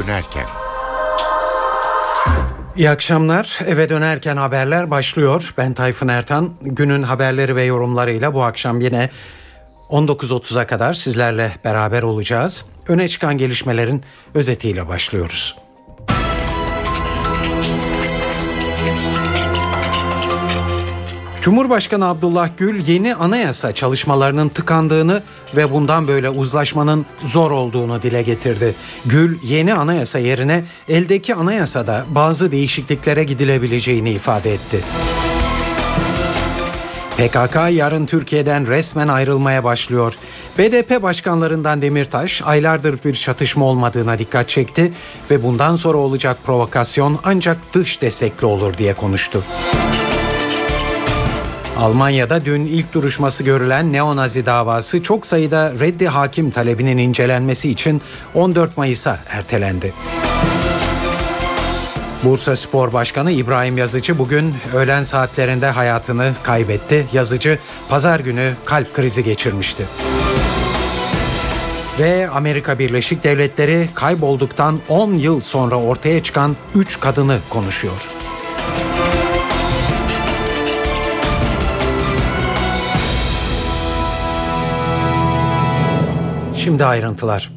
dönerken. İyi akşamlar. Eve dönerken haberler başlıyor. Ben Tayfun Ertan. Günün haberleri ve yorumlarıyla bu akşam yine 19.30'a kadar sizlerle beraber olacağız. Öne çıkan gelişmelerin özetiyle başlıyoruz. Cumhurbaşkanı Abdullah Gül yeni anayasa çalışmalarının tıkandığını ve bundan böyle uzlaşmanın zor olduğunu dile getirdi. Gül yeni anayasa yerine eldeki anayasada bazı değişikliklere gidilebileceğini ifade etti. PKK yarın Türkiye'den resmen ayrılmaya başlıyor. BDP başkanlarından Demirtaş aylardır bir çatışma olmadığına dikkat çekti ve bundan sonra olacak provokasyon ancak dış destekli olur diye konuştu. Almanya'da dün ilk duruşması görülen neonazi davası çok sayıda reddi hakim talebinin incelenmesi için 14 Mayıs'a ertelendi. Bursaspor Başkanı İbrahim Yazıcı bugün öğlen saatlerinde hayatını kaybetti. Yazıcı pazar günü kalp krizi geçirmişti. Ve Amerika Birleşik Devletleri kaybolduktan 10 yıl sonra ortaya çıkan 3 kadını konuşuyor. Şimdi ayrıntılar.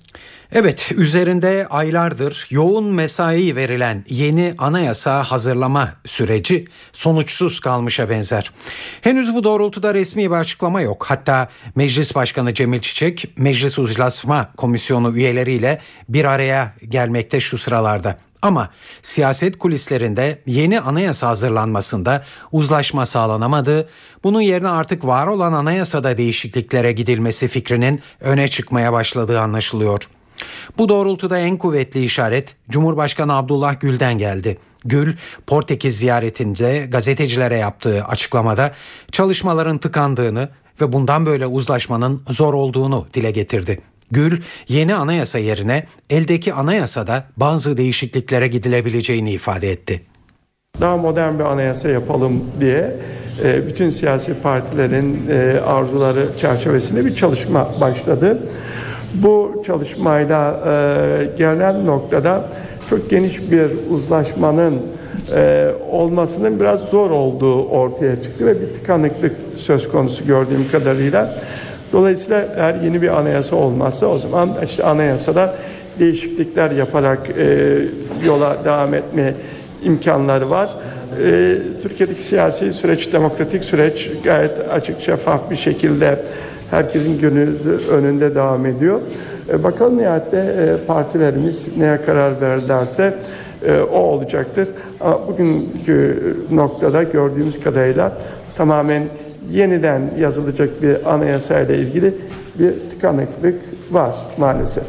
Evet, üzerinde aylardır yoğun mesai verilen yeni anayasa hazırlama süreci sonuçsuz kalmışa benzer. Henüz bu doğrultuda resmi bir açıklama yok. Hatta Meclis Başkanı Cemil Çiçek, Meclis Uzlaşma Komisyonu üyeleriyle bir araya gelmekte şu sıralarda. Ama siyaset kulislerinde yeni anayasa hazırlanmasında uzlaşma sağlanamadı. Bunun yerine artık var olan anayasada değişikliklere gidilmesi fikrinin öne çıkmaya başladığı anlaşılıyor. Bu doğrultuda en kuvvetli işaret Cumhurbaşkanı Abdullah Gül'den geldi. Gül, Portekiz ziyaretinde gazetecilere yaptığı açıklamada çalışmaların tıkandığını ve bundan böyle uzlaşmanın zor olduğunu dile getirdi. Gül, yeni anayasa yerine eldeki anayasada bazı değişikliklere gidilebileceğini ifade etti. Daha modern bir anayasa yapalım diye bütün siyasi partilerin arzuları çerçevesinde bir çalışma başladı. Bu çalışmayla gelinen noktada çok geniş bir uzlaşmanın olmasının biraz zor olduğu ortaya çıktı ve bir tıkanıklık söz konusu gördüğüm kadarıyla. Dolayısıyla eğer yeni bir anayasa olmazsa o zaman işte anayasada değişiklikler yaparak yola devam etme imkanları var. Türkiye'deki siyasi süreç, demokratik süreç gayet açık, şeffaf bir şekilde herkesin gözü önünde devam ediyor. Bakalım nihayette partilerimiz neye karar verirlerse o olacaktır. Ama bugünkü noktada gördüğümüz kadarıyla tamamen yeniden yazılacak bir anayasayla ilgili bir tıkanıklık var maalesef.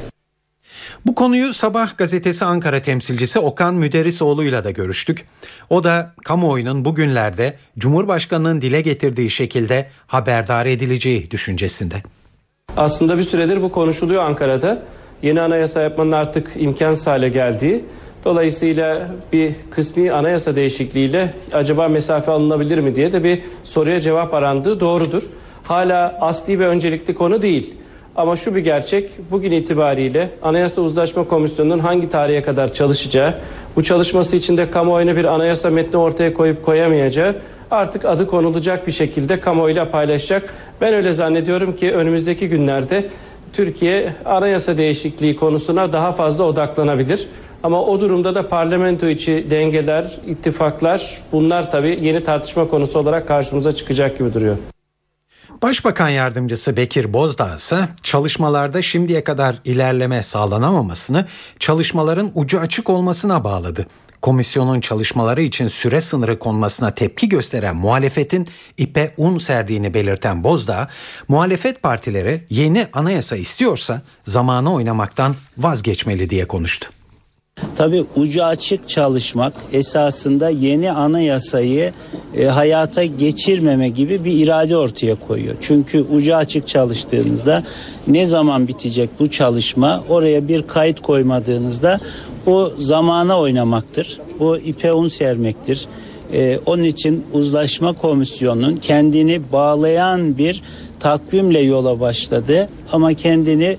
Bu konuyu Sabah gazetesi Ankara temsilcisi Okan Müderrisoğlu'yla da görüştük. O da kamuoyunun bugünlerde Cumhurbaşkanı'nın dile getirdiği şekilde haberdar edileceği düşüncesinde. Aslında bir süredir bu konuşuluyor Ankara'da. Yeni anayasa yapmanın artık imkansız hale geldiği. Dolayısıyla bir kısmi anayasa değişikliğiyle acaba mesafe alınabilir mi diye de bir soruya cevap arandığı doğrudur. Hala asli ve öncelikli konu değil. Ama şu bir gerçek, bugün itibariyle Anayasa Uzlaşma Komisyonu'nun hangi tarihe kadar çalışacağı, bu çalışması içinde kamuoyuna bir anayasa metni ortaya koyup koyamayacağı artık adı konulacak bir şekilde kamuoyuyla paylaşacak. Ben öyle zannediyorum ki önümüzdeki günlerde Türkiye anayasa değişikliği konusuna daha fazla odaklanabilir. Ama o durumda da parlamento içi dengeler, ittifaklar bunlar tabii yeni tartışma konusu olarak karşımıza çıkacak gibi duruyor. Başbakan Yardımcısı Bekir Bozdağ ise çalışmalarda şimdiye kadar ilerleme sağlanamamasını çalışmaların ucu açık olmasına bağladı. Komisyonun çalışmaları için süre sınırı konmasına tepki gösteren muhalefetin ipe un serdiğini belirten Bozdağ, muhalefet partileri yeni anayasa istiyorsa zamanı oynamaktan vazgeçmeli diye konuştu. Tabii ucu açık çalışmak esasında yeni anayasayı hayata geçirmeme gibi bir irade ortaya koyuyor. Çünkü ucu açık çalıştığınızda ne zaman bitecek bu çalışma, oraya bir kayıt koymadığınızda o zamana oynamaktır. O ipe un sermektir. Onun için Uzlaşma Komisyonu'nun kendini bağlayan bir takvimle yola başladı ama kendini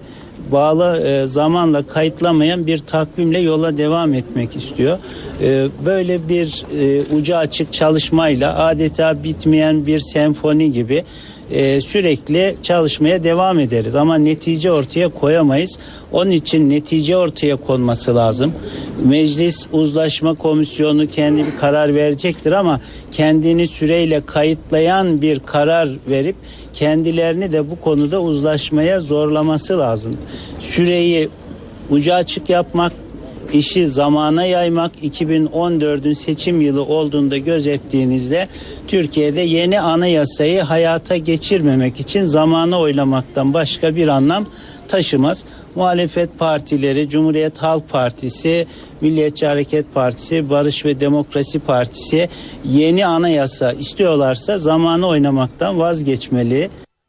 bağlı zamanla kayıtlamayan bir takvimle yola devam etmek istiyor. Böyle bir ucu açık çalışmayla adeta bitmeyen bir senfoni gibi sürekli çalışmaya devam ederiz ama netice ortaya koyamayız. Onun için netice ortaya konması lazım. Meclis Uzlaşma Komisyonu kendi bir karar verecektir ama kendini süreyle kayıtlayan bir karar verip kendilerini de bu konuda uzlaşmaya zorlaması lazım. Süreyi ucu açık yapmak, işi zamana yaymak, 2014'ün seçim yılı olduğunda gözettiğinizde Türkiye'de yeni anayasayı hayata geçirmemek için zamana oylamaktan başka bir anlam taşımaz. Muhalefet partileri, Cumhuriyet Halk Partisi, Milliyetçi Hareket Partisi, Barış ve Demokrasi Partisi yeni anayasa istiyorlarsa zamana oynamaktan vazgeçmeli.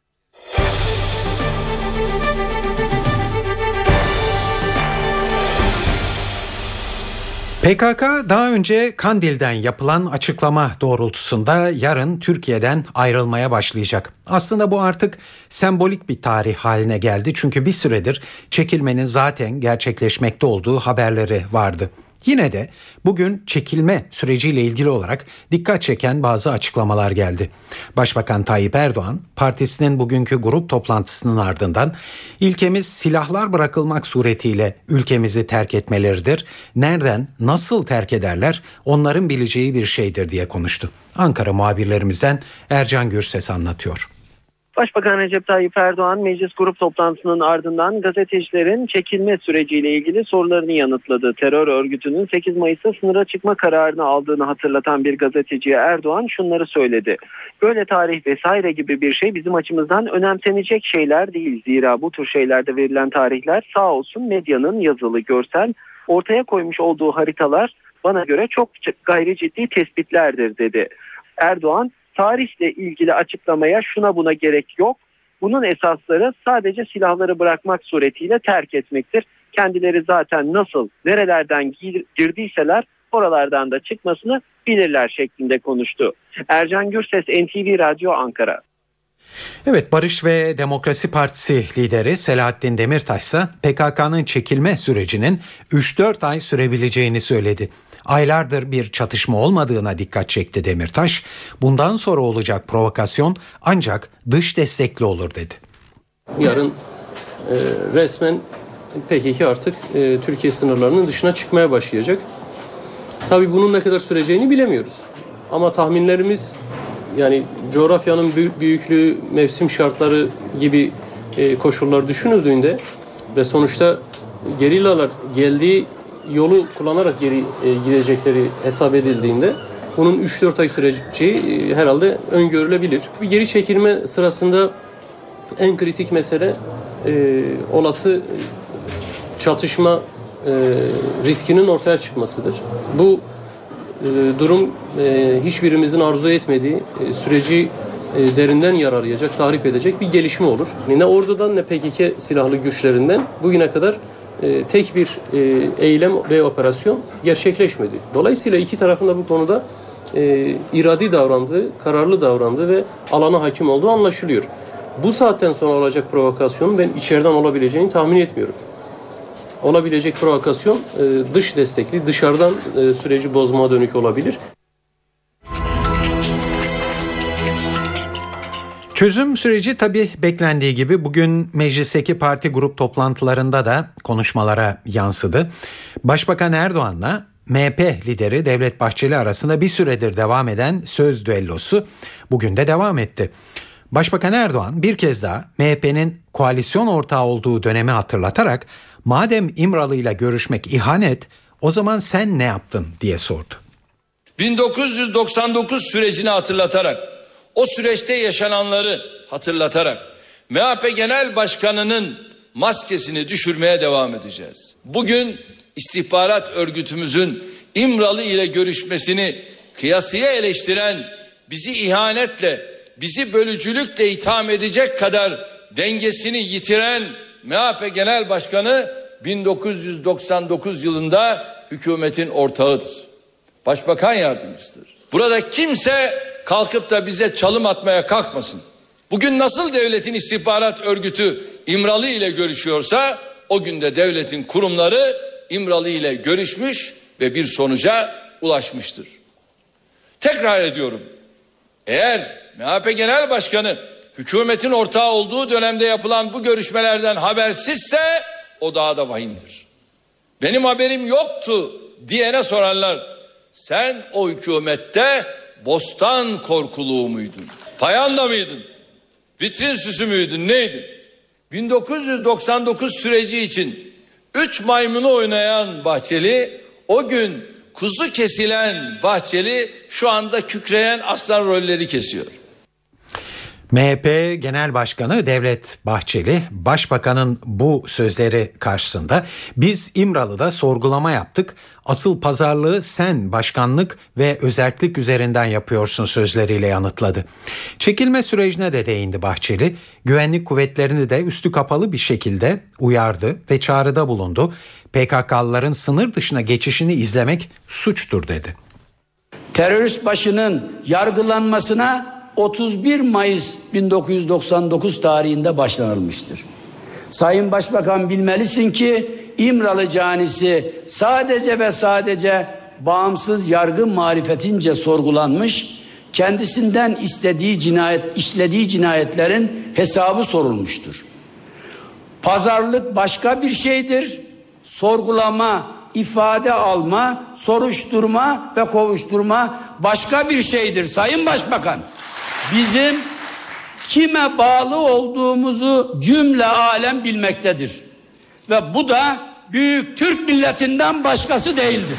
PKK daha önce Kandil'den yapılan açıklama doğrultusunda yarın Türkiye'den ayrılmaya başlayacak. Aslında bu artık sembolik bir tarih haline geldi çünkü bir süredir çekilmenin zaten gerçekleşmekte olduğu haberleri vardı. Yine de bugün çekilme süreciyle ilgili olarak dikkat çeken bazı açıklamalar geldi. Başbakan Tayyip Erdoğan, partisinin bugünkü grup toplantısının ardından ilkemiz silahlar bırakılmak suretiyle ülkemizi terk etmeleridir. Nereden, nasıl terk ederler onların bileceği bir şeydir diye konuştu. Ankara muhabirlerimizden Ercan Gürses anlatıyor. Başbakan Recep Tayyip Erdoğan meclis grup toplantısının ardından gazetecilerin çekilme süreciyle ilgili sorularını yanıtladı. Terör örgütünün 8 Mayıs'ta sınıra çıkma kararını aldığını hatırlatan bir gazeteciye Erdoğan şunları söyledi. Böyle tarih vesaire gibi bir şey bizim açımızdan önemsenecek şeyler değil. Zira bu tür şeylerde verilen tarihler sağ olsun medyanın yazılı, görsel ortaya koymuş olduğu haritalar bana göre çok gayri ciddi tespitlerdir dedi. Erdoğan, tarihle ilgili açıklamaya şuna buna gerek yok. Bunun esasları sadece silahları bırakmak suretiyle terk etmektir. Kendileri zaten nasıl, nerelerden girdiyseler oralardan da çıkmasını bilirler şeklinde konuştu. Ercan Gürses, NTV Radyo, Ankara. Evet, Barış ve Demokrasi Partisi lideri Selahattin Demirtaş ise PKK'nın çekilme sürecinin 3-4 ay sürebileceğini söyledi. Aylardır bir çatışma olmadığına dikkat çekti Demirtaş. Bundan sonra olacak provokasyon ancak dış destekli olur dedi. Yarın resmen PKK artık Türkiye sınırlarının dışına çıkmaya başlayacak. Tabii bunun ne kadar süreceğini bilemiyoruz. Ama tahminlerimiz, yani coğrafyanın büyüklüğü, mevsim şartları gibi koşullar düşünüldüğünde ve sonuçta gerillalar geldiği yolu kullanarak geri gidecekleri hesap edildiğinde bunun 3-4 ay süreceği herhalde öngörülebilir. Bir geri çekilme sırasında en kritik mesele olası çatışma riskinin ortaya çıkmasıdır. Bu durum hiçbirimizin arzu etmediği süreci derinden yararlayacak, tahrip edecek bir gelişme olur. Ne ordudan ne PKK silahlı güçlerinden bugüne kadar tek bir eylem ve operasyon gerçekleşmedi. Dolayısıyla iki tarafın da bu konuda iradi davrandığı, kararlı davrandığı ve alana hakim olduğu anlaşılıyor. Bu saatten sonra olacak provokasyonun ben içeriden olabileceğini tahmin etmiyorum. Olabilecek provokasyon dış destekli, dışarıdan süreci bozmaya dönük olabilir. Çözüm süreci tabii beklendiği gibi bugün meclisteki parti grup toplantılarında da konuşmalara yansıdı. Başbakan Erdoğan'la MHP lideri Devlet Bahçeli arasında bir süredir devam eden söz düellosu bugün de devam etti. Başbakan Erdoğan bir kez daha MHP'nin koalisyon ortağı olduğu dönemi hatırlatarak madem İmralı'yla görüşmek ihanet, o zaman sen ne yaptın diye sordu. 1999 sürecini hatırlatarak, o süreçte yaşananları hatırlatarak MHP Genel Başkanı'nın maskesini düşürmeye devam edeceğiz. Bugün istihbarat örgütümüzün İmralı ile görüşmesini kıyasıya eleştiren, bizi ihanetle, bizi bölücülükle itham edecek kadar dengesini yitiren MHP Genel Başkanı 1999 yılında hükümetin ortağıdır. Başbakan yardımcısıdır. Burada kimse kalkıp da bize çalım atmaya kalkmasın. Bugün nasıl devletin istihbarat örgütü İmralı ile görüşüyorsa O günde devletin kurumları İmralı ile görüşmüş ve bir sonuca ulaşmıştır. Tekrar ediyorum. Eğer MHP Genel Başkanı hükümetin ortağı olduğu dönemde yapılan bu görüşmelerden habersizse o daha da vahimdir. Benim haberim yoktu diyene sorarlar. Sen o hükümette bostan korkuluğu muydun? Payanda mıydın? Vitrin süsü müydün? Neydin? 1999 süreci için 3 maymunu oynayan Bahçeli, o gün kuzu kesilen Bahçeli şu anda kükreyen aslan rolleri kesiyor. MHP Genel Başkanı Devlet Bahçeli, Başbakanın bu sözleri karşısında biz İmralı'da sorgulama yaptık. Asıl pazarlığı sen başkanlık ve özerklik üzerinden yapıyorsun sözleriyle yanıtladı. Çekilme sürecine de değindi Bahçeli. Güvenlik kuvvetlerini de üstü kapalı bir şekilde uyardı ve çağrıda bulundu. PKK'lıların sınır dışına geçişini izlemek suçtur dedi. Terörist başının yargılanmasına 31 Mayıs 1999 tarihinde başlanılmıştır. Sayın Başbakan, bilmelisin ki İmralı canisi sadece ve sadece bağımsız yargı marifetince sorgulanmış, kendisinden işlediği cinayetlerin hesabı sorulmuştur. Pazarlık başka bir şeydir. Sorgulama, ifade alma, soruşturma ve kovuşturma başka bir şeydir Sayın Başbakan. Bizim kime bağlı olduğumuzu cümle alem bilmektedir. Ve bu da büyük Türk milletinden başkası değildir.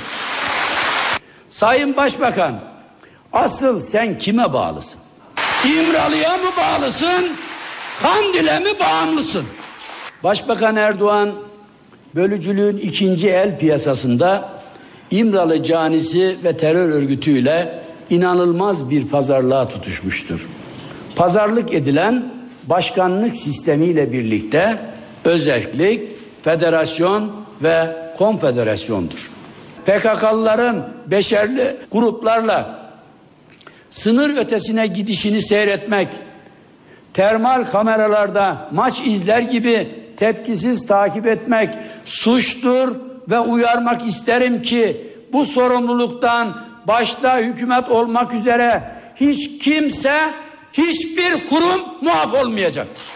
Sayın Başbakan, asıl sen kime bağlısın? İmralı'ya mı bağlısın? Kandil'e mi bağımlısın? Başbakan Erdoğan, bölücülüğün ikinci el piyasasında İmralı canisi ve terör örgütüyle inanılmaz bir pazarlığa tutuşmuştur. Pazarlık edilen başkanlık sistemiyle birlikte özerklik, federasyon ve konfederasyondur. PKK'lıların beşerli gruplarla sınır ötesine gidişini seyretmek, termal kameralarda maç izler gibi tepkisiz takip etmek suçtur ve uyarmak isterim ki bu sorumluluktan başta hükümet olmak üzere hiç kimse, hiçbir kurum muaf olmayacaktır.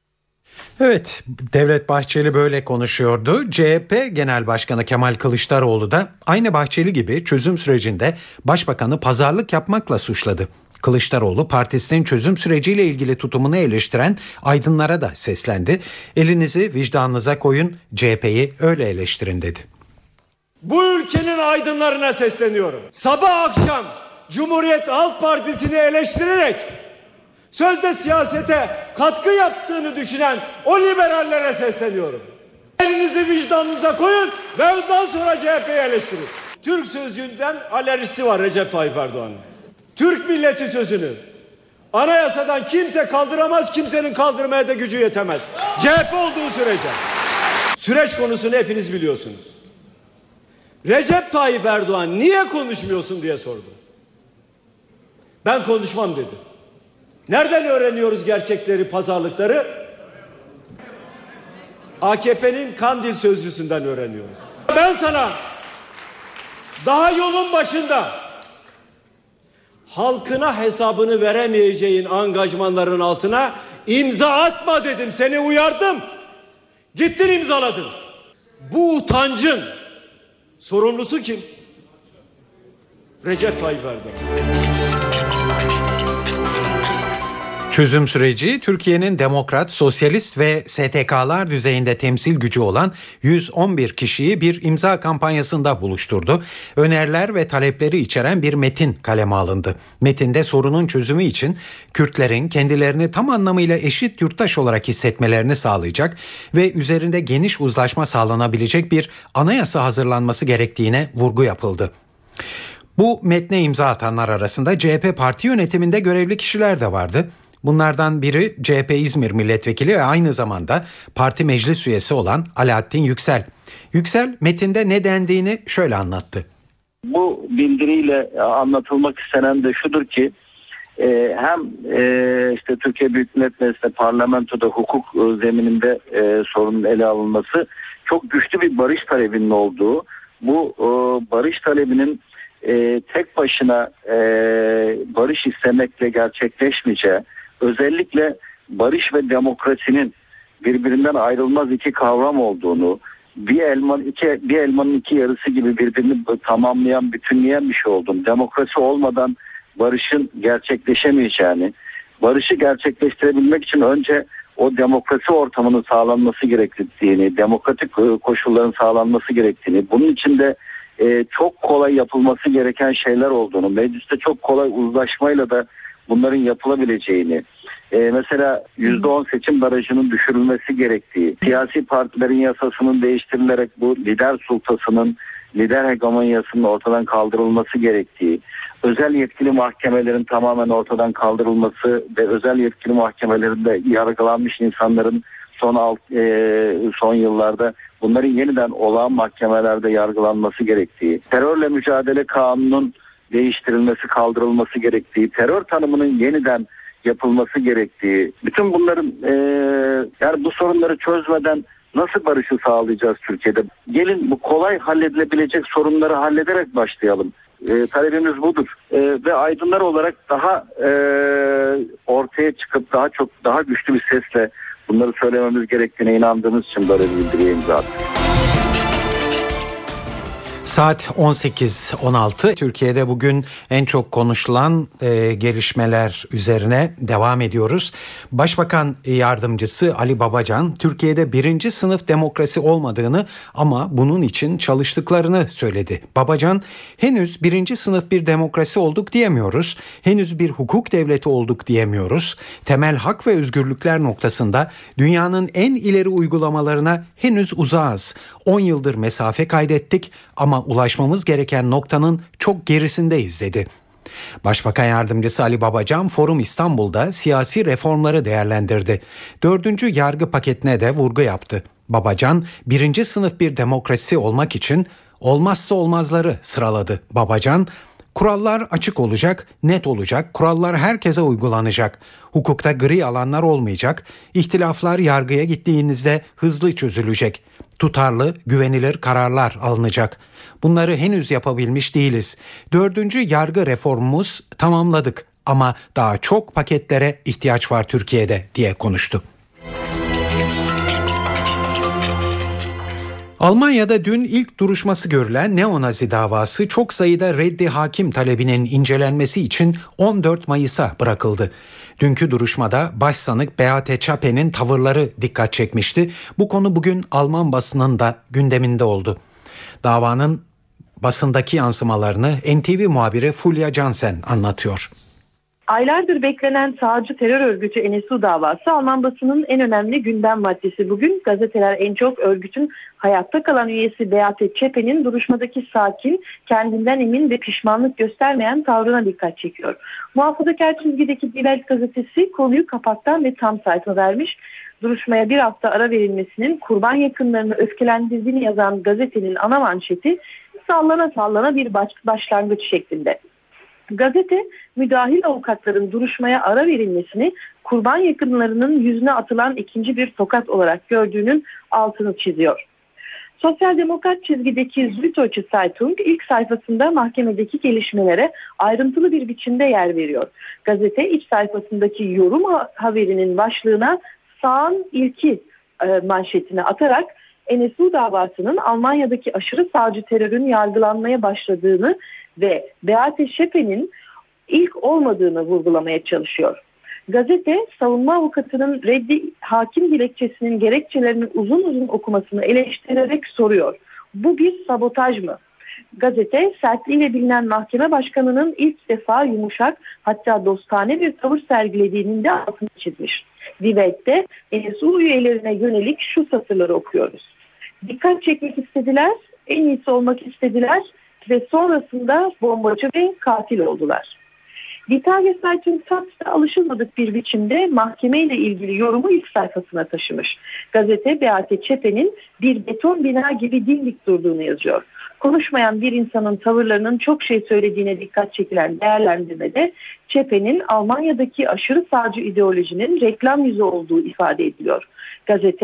Evet, Devlet Bahçeli böyle konuşuyordu. CHP Genel Başkanı Kemal Kılıçdaroğlu da aynı Bahçeli gibi çözüm sürecinde Başbakanı pazarlık yapmakla suçladı. Kılıçdaroğlu partisinin çözüm süreciyle ilgili tutumunu eleştiren aydınlara da seslendi. Elinizi vicdanınıza koyun, CHP'yi öyle eleştirin dedi. Bu ülkenin aydınlarına sesleniyorum. Sabah akşam Cumhuriyet Halk Partisi'ni eleştirerek sözde siyasete katkı yaptığını düşünen o liberallere sesleniyorum. Elinizi vicdanınıza koyun ve ondan sonra CHP'yi eleştirin. Türk sözcüğünden alerjisi var Recep Tayyip Erdoğan'ın. Türk milleti sözünü anayasadan kimse kaldıramaz, kimsenin kaldırmaya da gücü yetemez. CHP olduğu sürece. Süreç konusunu hepiniz biliyorsunuz. Recep Tayyip Erdoğan niye konuşmuyorsun diye sordu. Ben konuşmam dedi. Nereden öğreniyoruz gerçekleri, pazarlıkları? AKP'nin Kandil sözcüsünden öğreniyoruz. Ben sana daha yolun başında halkına hesabını veremeyeceğin angajmanların altına imza atma dedim. Seni uyardım. Gittin imzaladın. Bu utancın sorumlusu kim? Recep Tayyip Erdoğan. Çözüm süreci Türkiye'nin demokrat, sosyalist ve STK'lar düzeyinde temsil gücü olan 111 kişiyi bir imza kampanyasında buluşturdu. Öneriler ve talepleri içeren bir metin kaleme alındı. Metinde sorunun çözümü için Kürtlerin kendilerini tam anlamıyla eşit yurttaş olarak hissetmelerini sağlayacak ve üzerinde geniş uzlaşma sağlanabilecek bir anayasa hazırlanması gerektiğine vurgu yapıldı. Bu metne imza atanlar arasında CHP parti yönetiminde görevli kişiler de vardı. Bunlardan biri CHP İzmir milletvekili ve aynı zamanda parti meclis üyesi olan Alaaddin Yüksel. Yüksel metinde ne dendiğini şöyle anlattı. Bu bildiriyle anlatılmak istenen de şudur ki hem işte Türkiye Büyük Millet Meclisi'nde parlamentoda hukuk zemininde sorunun ele alınması çok güçlü bir barış talebinin olduğu, bu barış talebinin tek başına barış istemekle gerçekleşmeyeceği, özellikle barış ve demokrasinin birbirinden ayrılmaz iki kavram olduğunu, bir elmanın iki yarısı gibi birbirini tamamlayan, bütünleyen bir şey olduğunu, demokrasi olmadan barışın gerçekleşemeyeceğini, barışı gerçekleştirebilmek için önce o demokrasi ortamının sağlanması gerektiğini, demokratik koşulların sağlanması gerektiğini, bunun için de çok kolay yapılması gereken şeyler olduğunu, mecliste çok kolay uzlaşmayla da bunların yapılabileceğini, mesela %10 seçim barajının düşürülmesi gerektiği, siyasi partilerin yasasının değiştirilerek bu lider sultasının, lider hegemonyasının ortadan kaldırılması gerektiği, özel yetkili mahkemelerin tamamen ortadan kaldırılması ve özel yetkili mahkemelerinde yargılanmış insanların son yıllarda bunların yeniden olağan mahkemelerde yargılanması gerektiği, terörle mücadele kanunun değiştirilmesi, kaldırılması gerektiği, terör tanımının yeniden yapılması gerektiği, bütün bunların yani bu sorunları çözmeden nasıl barışı sağlayacağız Türkiye'de? Gelin bu kolay halledilebilecek sorunları hallederek başlayalım. Talebimiz budur. Ve aydınlar olarak daha ortaya çıkıp daha güçlü bir sesle bunları söylememiz gerektiğine inandığımız için böyle bir bildiriye imza attık. Saat 18.16. Türkiye'de bugün en çok konuşulan gelişmeler üzerine devam ediyoruz. Başbakan Yardımcısı Ali Babacan, Türkiye'de 1. sınıf demokrasi olmadığını ama bunun için çalıştıklarını söyledi. Babacan, henüz 1. sınıf bir demokrasi olduk diyemiyoruz. Henüz bir hukuk devleti olduk diyemiyoruz. Temel hak ve özgürlükler noktasında dünyanın en ileri uygulamalarına henüz uzağız. 10 yıldır mesafe kaydettik ama ulaşmamız gereken noktanın çok gerisindeyiz dedi. Başbakan Yardımcısı Ali Babacan Forum İstanbul'da siyasi reformları değerlendirdi. 4. yargı paketine de vurgu yaptı. Babacan 1. sınıf bir demokrasi olmak için olmazsa olmazları sıraladı. Babacan, kurallar açık olacak, net olacak, kurallar herkese uygulanacak, hukukta gri alanlar olmayacak, ihtilaflar yargıya gittiğinizde hızlı çözülecek, tutarlı, güvenilir kararlar alınacak. Bunları henüz yapabilmiş değiliz. 4. yargı reformumuz tamamladık ama daha çok paketlere ihtiyaç var Türkiye'de diye konuştu. Almanya'da dün ilk duruşması görülen neonazi davası çok sayıda reddi hakim talebinin incelenmesi için 14 Mayıs'a bırakıldı. Dünkü duruşmada başsanık Beate Zschäpe'nin tavırları dikkat çekmişti. Bu konu bugün Alman basının da gündeminde oldu. Davanın basındaki yansımalarını NTV muhabiri Fulya Cansen anlatıyor. Aylardır beklenen sağcı terör örgütü NSU davası Alman basının en önemli gündem maddesi bugün. Gazeteler en çok örgütün hayatta kalan üyesi Beate Zschäpe'nin duruşmadaki sakin, kendinden emin ve pişmanlık göstermeyen tavrına dikkat çekiyor. Muhafazakar çizgideki Die Welt gazetesi konuyu kapaktan ve tam sayfa vermiş. Duruşmaya bir hafta ara verilmesinin kurban yakınlarını öfkelendirdiğini yazan gazetenin ana manşeti sallana sallana bir başlangıç şeklinde. Gazete, müdahil avukatların duruşmaya ara verilmesini kurban yakınlarının yüzüne atılan ikinci bir tokat olarak gördüğünün altını çiziyor. Sosyal demokrat çizgideki Süddeutsche Zeitung ilk sayfasında mahkemedeki gelişmelere ayrıntılı bir biçimde yer veriyor. Gazete iç sayfasındaki yorum haberinin başlığına sağın ilki manşetini atarak NSU davasının Almanya'daki aşırı sağcı terörün yargılanmaya başladığını ve Beate Zschäpe'nin ilk olmadığını vurgulamaya çalışıyor. Gazete, savunma avukatının reddi hakim dilekçesinin gerekçelerini uzun uzun okumasını eleştirerek soruyor. Bu bir sabotaj mı? Gazete, sertliğiyle bilinen mahkeme başkanının ilk defa yumuşak, hatta dostane bir tavır sergilediğinin de altını çizmiş. Die Welt'te NSU üyelerine yönelik şu satırları okuyoruz. Dikkat çekmek istediler, en iyisi olmak istediler ve sonrasında bombacı ve katil oldular. Die Tageszeitung Taz'da alışılmadık bir biçimde mahkemeyle ilgili yorumu ilk sayfasına taşımış. Gazete, Beate Zschäpe'nin bir beton bina gibi dimdik durduğunu yazıyor. Konuşmayan bir insanın tavırlarının çok şey söylediğine dikkat çekilen değerlendirmede Zschäpe'nin Almanya'daki aşırı sağcı ideolojinin reklam yüzü olduğu ifade ediliyor. Gazete,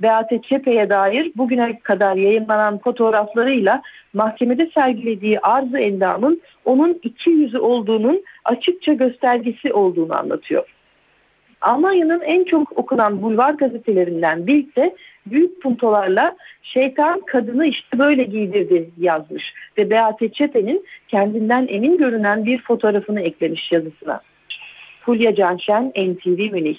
Beate Zschäpe'ye dair bugüne kadar yayınlanan fotoğraflarıyla mahkemede sergilediği arz-ı endamın onun iki yüzü olduğunun açıkça göstergesi olduğunu anlatıyor. Almanya'nın en çok okunan bulvar gazetelerinden Bild de büyük puntolarla "Şeytan kadını işte böyle giydirdi" yazmış ve Beate Zschäpe'nin kendinden emin görünen bir fotoğrafını eklemiş yazısına. Fulya Canşen, NTV Münih.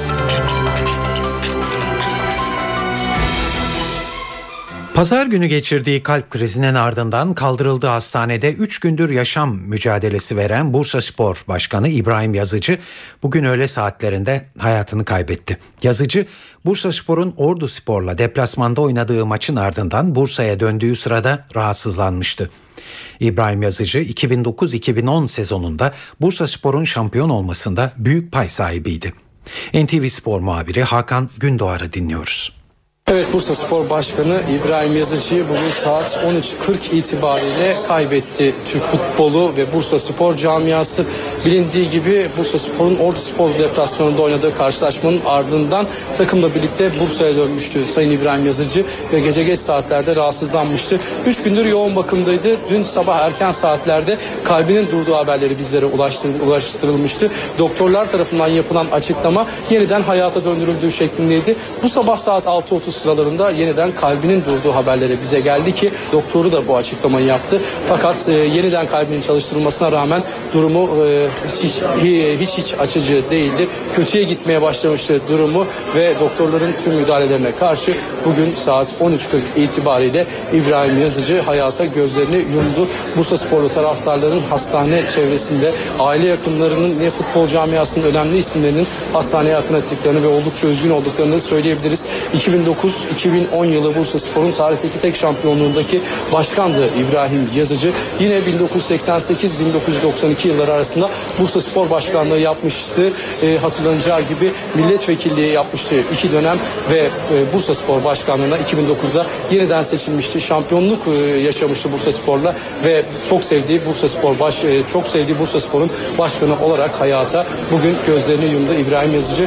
Pazar günü geçirdiği kalp krizinin ardından kaldırıldığı hastanede 3 gündür yaşam mücadelesi veren Bursaspor Başkanı İbrahim Yazıcı bugün öğle saatlerinde hayatını kaybetti. Yazıcı, Bursaspor'un Orduspor'la deplasmanda oynadığı maçın ardından Bursa'ya döndüğü sırada rahatsızlanmıştı. İbrahim Yazıcı 2009-2010 sezonunda Bursaspor'un şampiyon olmasında büyük pay sahibiydi. NTV Spor muhabiri Hakan Gündoğar'ı dinliyoruz. Evet, Bursaspor Başkanı İbrahim Yazıcı'yı bugün saat 13.40 itibariyle kaybetti. Türk futbolu ve Bursaspor camiası. Bilindiği gibi Bursaspor'un Orduspor deplasmanında oynadığı karşılaşmanın ardından takımla birlikte Bursa'ya dönmüştü Sayın İbrahim Yazıcı ve gece geç saatlerde rahatsızlanmıştı. 3 gündür yoğun bakımdaydı. Dün sabah erken saatlerde kalbinin durduğu haberleri bizlere ulaştırılmıştı. Doktorlar tarafından yapılan açıklama yeniden hayata döndürüldüğü şeklindeydi. Bu sabah saat 6.30 sıralarında yeniden kalbinin durduğu haberleri bize geldi ki doktoru da bu açıklamayı yaptı. Fakat yeniden kalbinin çalıştırılmasına rağmen durumu hiç açıcı değildi. Kötüye gitmeye başlamıştı durumu ve doktorların tüm müdahalelerine karşı bugün saat 13.40 itibariyle İbrahim Yazıcı hayata gözlerini yumdu. Bursasporlu taraftarların hastane çevresinde aile yakınlarının ve futbol camiasının önemli isimlerinin hastaneye akın ettiklerini ve oldukça üzgün olduklarını söyleyebiliriz. 2009-2010 yılı Bursaspor'un tarihteki tek şampiyonluğundaki başkandı İbrahim Yazıcı. Yine 1988-1992 yılları arasında Bursaspor başkanlığı yapmıştı. Hatırlanacağı gibi milletvekilliği yapmıştı 2 dönem ve Bursaspor başkanlığına 2009'da yeniden seçilmişti. Şampiyonluk yaşamıştı Bursaspor'la ve çok sevdiği Bursaspor'un başkanı olarak hayata bugün gözlerini yumdu İbrahim Yazıcı.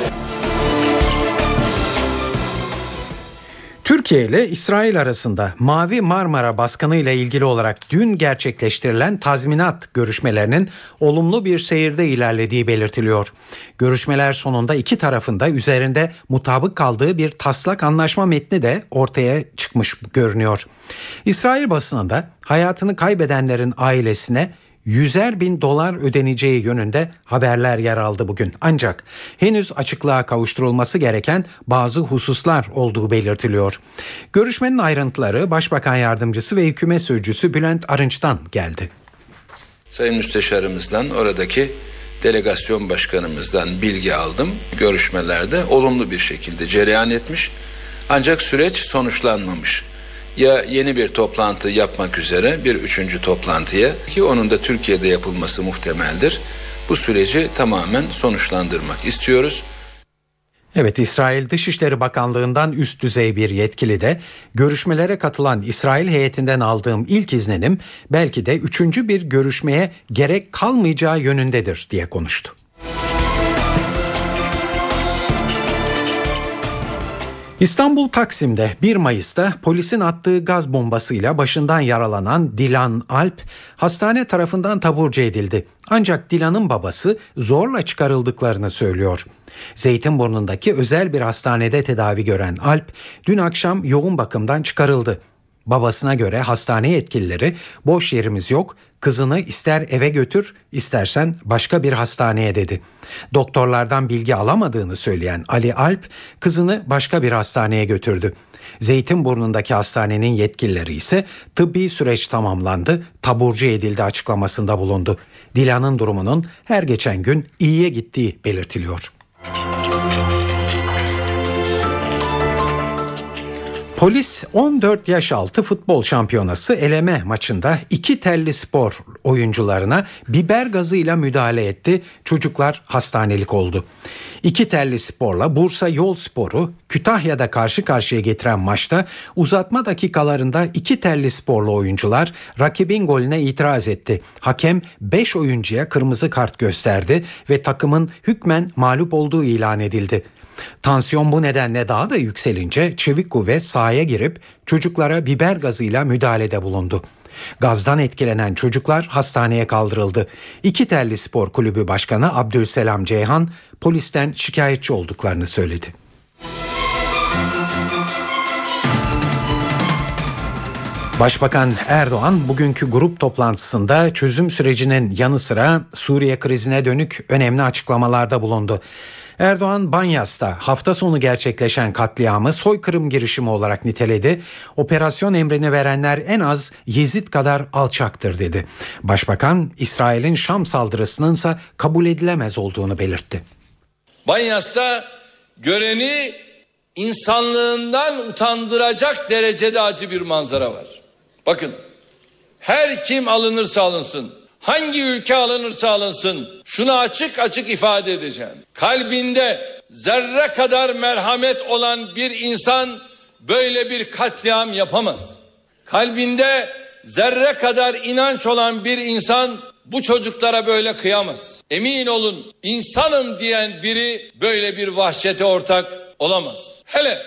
Türkiye ile İsrail arasında Mavi Marmara baskını ile ilgili olarak dün gerçekleştirilen tazminat görüşmelerinin olumlu bir seyirde ilerlediği belirtiliyor. Görüşmeler sonunda iki tarafın da üzerinde mutabık kaldığı bir taslak anlaşma metni de ortaya çıkmış görünüyor. İsrail basınında hayatını kaybedenlerin ailesine $100.000 ödeneceği yönünde haberler yer aldı bugün. Ancak henüz açıklığa kavuşturulması gereken bazı hususlar olduğu belirtiliyor. Görüşmenin ayrıntıları Başbakan Yardımcısı ve Hükümet Sözcüsü Bülent Arınç'tan geldi. Sayın Müsteşarımızdan, oradaki delegasyon başkanımızdan bilgi aldım. Görüşmelerde olumlu bir şekilde cereyan etmiş. Ancak süreç sonuçlanmamış. Ya yeni bir toplantı yapmak üzere bir 3. toplantıya, ki onun da Türkiye'de yapılması muhtemeldir. Bu süreci tamamen sonuçlandırmak istiyoruz. Evet, İsrail Dışişleri Bakanlığı'ndan üst düzey bir yetkili de görüşmelere katılan İsrail heyetinden aldığım ilk izlenim belki de 3. bir görüşmeye gerek kalmayacağı yönündedir diye konuştu. İstanbul Taksim'de 1 Mayıs'ta polisin attığı gaz bombasıyla başından yaralanan Dilan Alp hastane tarafından taburcu edildi. Ancak Dilan'ın babası zorla çıkarıldıklarını söylüyor. Zeytinburnu'ndaki özel bir hastanede tedavi gören Alp dün akşam yoğun bakımdan çıkarıldı. Babasına göre hastane yetkilileri boş yerimiz yok, kızını ister eve götür istersen başka bir hastaneye dedi. Doktorlardan bilgi alamadığını söyleyen Ali Alp kızını başka bir hastaneye götürdü. Zeytinburnu'ndaki hastanenin yetkilileri ise tıbbi süreç tamamlandı, taburcu edildi açıklamasında bulundu. Dilan'ın durumunun her geçen gün iyiye gittiği belirtiliyor. Polis 14 yaş altı futbol şampiyonası eleme maçında 2 Tellispor oyuncularına biber gazıyla müdahale etti. Çocuklar hastanelik oldu. 2 Tellispor'la Bursa Yolspor'u Kütahya'da karşı karşıya getiren maçta uzatma dakikalarında 2 Tellisporlu oyuncular rakibin golüne itiraz etti. Hakem 5 oyuncuya kırmızı kart gösterdi ve takımın hükmen mağlup olduğu ilan edildi. Tansiyon bu nedenle daha da yükselince çevik kuvvet sahaya girip çocuklara biber gazıyla müdahalede bulundu. Gazdan etkilenen çocuklar hastaneye kaldırıldı. İkitelli Spor Kulübü Başkanı Abdülselam Ceyhan polisten şikayetçi olduklarını söyledi. Başbakan Erdoğan bugünkü grup toplantısında çözüm sürecinin yanı sıra Suriye krizine dönük önemli açıklamalarda bulundu. Erdoğan Banyas'ta hafta sonu gerçekleşen katliamı soykırım girişimi olarak niteledi. Operasyon emrini verenler en az Yezid kadar alçaktır dedi. Başbakan İsrail'in Şam saldırısının ise kabul edilemez olduğunu belirtti. Banyas'ta göreni insanlığından utandıracak derecede acı bir manzara var. Bakın, her kim alınırsa alınsın, hangi ülke alınırsa alınsın, şunu açık açık ifade edeceğim. Kalbinde zerre kadar merhamet olan bir insan böyle bir katliam yapamaz. Kalbinde zerre kadar inanç olan bir insan bu çocuklara böyle kıyamaz. Emin olun, insanım diyen biri böyle bir vahşete ortak olamaz. Hele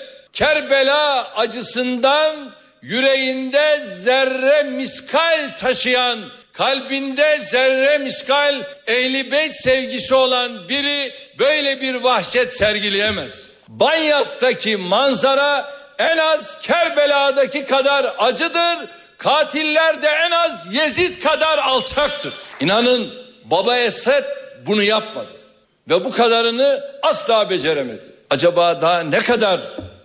Kerbela acısından yüreğinde zerre miskal taşıyan, kalbinde zerre miskal Ehl-i Beyt sevgisi olan biri böyle bir vahşet sergileyemez. Banyas'taki manzara en az Kerbela'daki kadar acıdır. Katiller de en az Yezid kadar alçaktır. İnanın Baba Esed bunu yapmadı ve bu kadarını asla beceremedi. Acaba daha ne kadar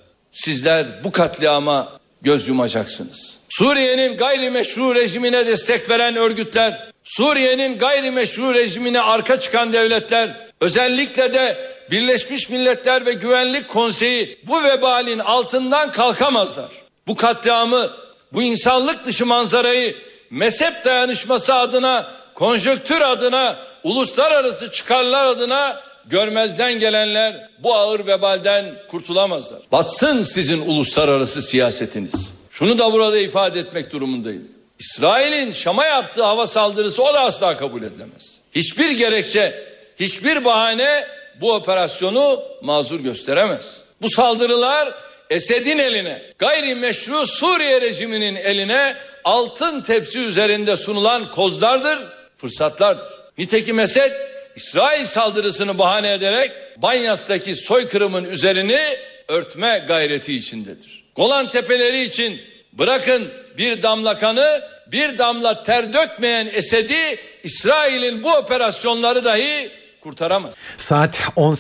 sizler bu katliama göz yumacaksınız? Suriye'nin gayrimeşru rejimine destek veren örgütler, Suriye'nin gayrimeşru rejimine arka çıkan devletler, özellikle de Birleşmiş Milletler ve Güvenlik Konseyi bu vebalin altından kalkamazlar. Bu katliamı, bu insanlık dışı manzarayı mezhep dayanışması adına, konjonktür adına, uluslararası çıkarlar adına görmezden gelenler bu ağır vebalden kurtulamazlar. Batsın sizin uluslararası siyasetiniz. Şunu da burada ifade etmek durumundayım. İsrail'in Şam'a yaptığı hava saldırısı o da asla kabul edilemez. Hiçbir gerekçe, hiçbir bahane bu operasyonu mazur gösteremez. Bu saldırılar Esed'in eline, gayrimeşru Suriye rejiminin eline altın tepsi üzerinde sunulan kozlardır, fırsatlardır. Nitekim Esed, İsrail saldırısını bahane ederek Banyas'taki soykırımın üzerini örtme gayreti içindedir. Golan Tepeleri için bırakın bir damla kanı, bir damla ter dökmeyen Esed'i İsrail'in bu operasyonları dahi kurtaramaz. Saat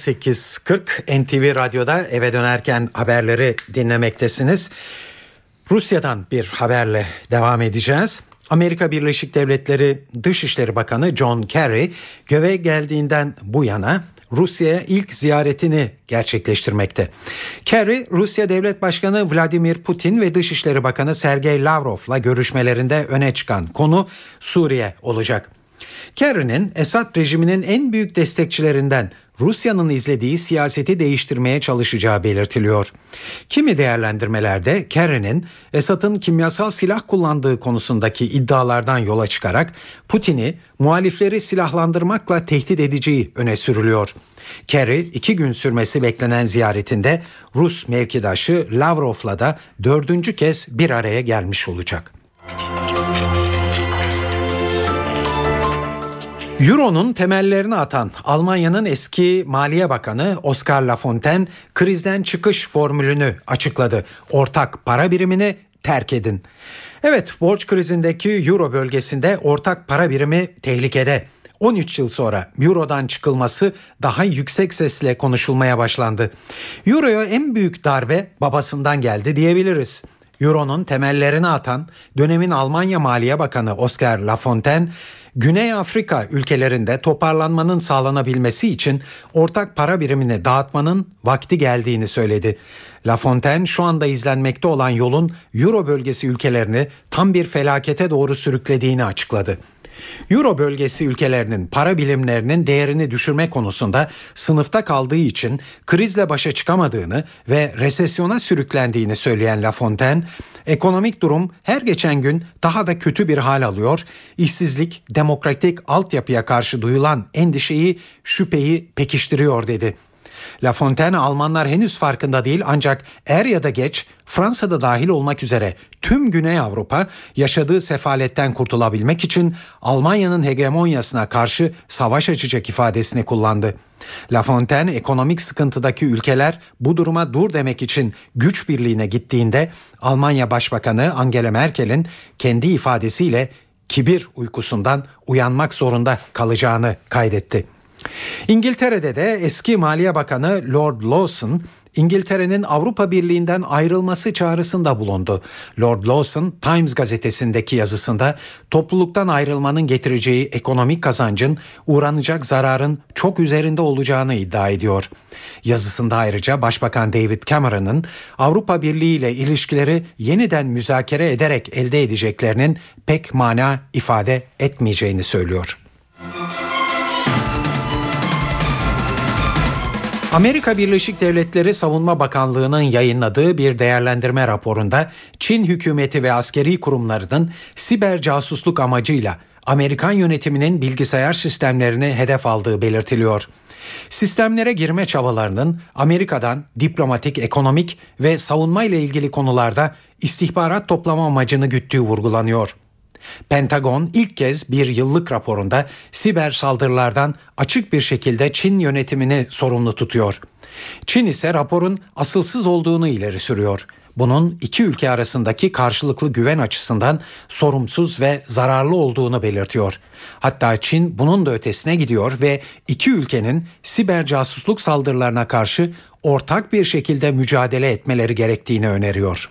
18.40 NTV Radyo'da eve dönerken haberleri dinlemektesiniz. Rusya'dan bir haberle devam edeceğiz. Amerika Birleşik Devletleri Dışişleri Bakanı John Kerry göreve geldiğinden bu yana Rusya'ya ilk ziyaretini gerçekleştirmekte. Kerry, Rusya Devlet Başkanı Vladimir Putin ve Dışişleri Bakanı Sergey Lavrov'la görüşmelerinde öne çıkan konu Suriye olacak. Kerry'nin Esad rejiminin en büyük destekçilerinden Rusya'nın izlediği siyaseti değiştirmeye çalışacağı belirtiliyor. Kimi değerlendirmelerde Kerry'nin Esad'ın kimyasal silah kullandığı konusundaki iddialardan yola çıkarak Putin'i muhalifleri silahlandırmakla tehdit edeceği öne sürülüyor. Kerry 2 gün sürmesi beklenen ziyaretinde Rus mevkidaşı Lavrov'la da 4. kez bir araya gelmiş olacak. Euro'nun temellerini atan Almanya'nın eski Maliye Bakanı Oskar Lafontaine krizden çıkış formülünü açıkladı. Ortak para birimini terk edin. Evet, borç krizindeki Euro bölgesinde ortak para birimi tehlikede. 13 yıl sonra Euro'dan çıkılması daha yüksek sesle konuşulmaya başlandı. Euro'ya en büyük darbe babasından geldi diyebiliriz. Euro'nun temellerini atan dönemin Almanya Maliye Bakanı Oskar Lafontaine, Güney Afrika ülkelerinde toparlanmanın sağlanabilmesi için ortak para birimini dağıtmanın vakti geldiğini söyledi. Lafontaine şu anda izlenmekte olan yolun Euro bölgesi ülkelerini tam bir felakete doğru sürüklediğini açıkladı. Euro bölgesi ülkelerinin para birimlerinin değerini düşürme konusunda sınıfta kaldığı için krizle başa çıkamadığını ve resesyona sürüklendiğini söyleyen Lafontaine, ekonomik durum her geçen gün daha da kötü bir hal alıyor, işsizlik demokratik altyapıya karşı duyulan endişeyi, şüpheyi pekiştiriyor dedi. Lafontaine, Almanlar henüz farkında değil ancak er ya da geç Fransa'da dahil olmak üzere tüm Güney Avrupa yaşadığı sefaletten kurtulabilmek için Almanya'nın hegemonyasına karşı savaş açacak ifadesini kullandı. Lafontaine, ekonomik sıkıntıdaki ülkeler bu duruma dur demek için güç birliğine gittiğinde Almanya Başbakanı Angela Merkel'in kendi ifadesiyle kibir uykusundan uyanmak zorunda kalacağını kaydetti. İngiltere'de de eski Maliye Bakanı Lord Lawson, İngiltere'nin Avrupa Birliği'nden ayrılması çağrısında bulundu. Lord Lawson, Times gazetesindeki yazısında topluluktan ayrılmanın getireceği ekonomik kazancın uğranacak zararın çok üzerinde olacağını iddia ediyor. Yazısında ayrıca Başbakan David Cameron'ın Avrupa Birliği ile ilişkileri yeniden müzakere ederek elde edeceklerinin pek mana ifade etmeyeceğini söylüyor. Amerika Birleşik Devletleri Savunma Bakanlığı'nın yayınladığı bir değerlendirme raporunda Çin hükümeti ve askeri kurumlarının siber casusluk amacıyla Amerikan yönetiminin bilgisayar sistemlerini hedef aldığı belirtiliyor. Sistemlere girme çabalarının Amerika'dan diplomatik, ekonomik ve savunma ile ilgili konularda istihbarat toplama amacını güttüğü vurgulanıyor. Pentagon ilk kez bir yıllık raporunda siber saldırılardan açık bir şekilde Çin yönetimini sorumlu tutuyor. Çin ise raporun asılsız olduğunu ileri sürüyor. Bunun iki ülke arasındaki karşılıklı güven açısından sorumsuz ve zararlı olduğunu belirtiyor. Hatta Çin bunun da ötesine gidiyor ve iki ülkenin siber casusluk saldırılarına karşı ortak bir şekilde mücadele etmeleri gerektiğini öneriyor.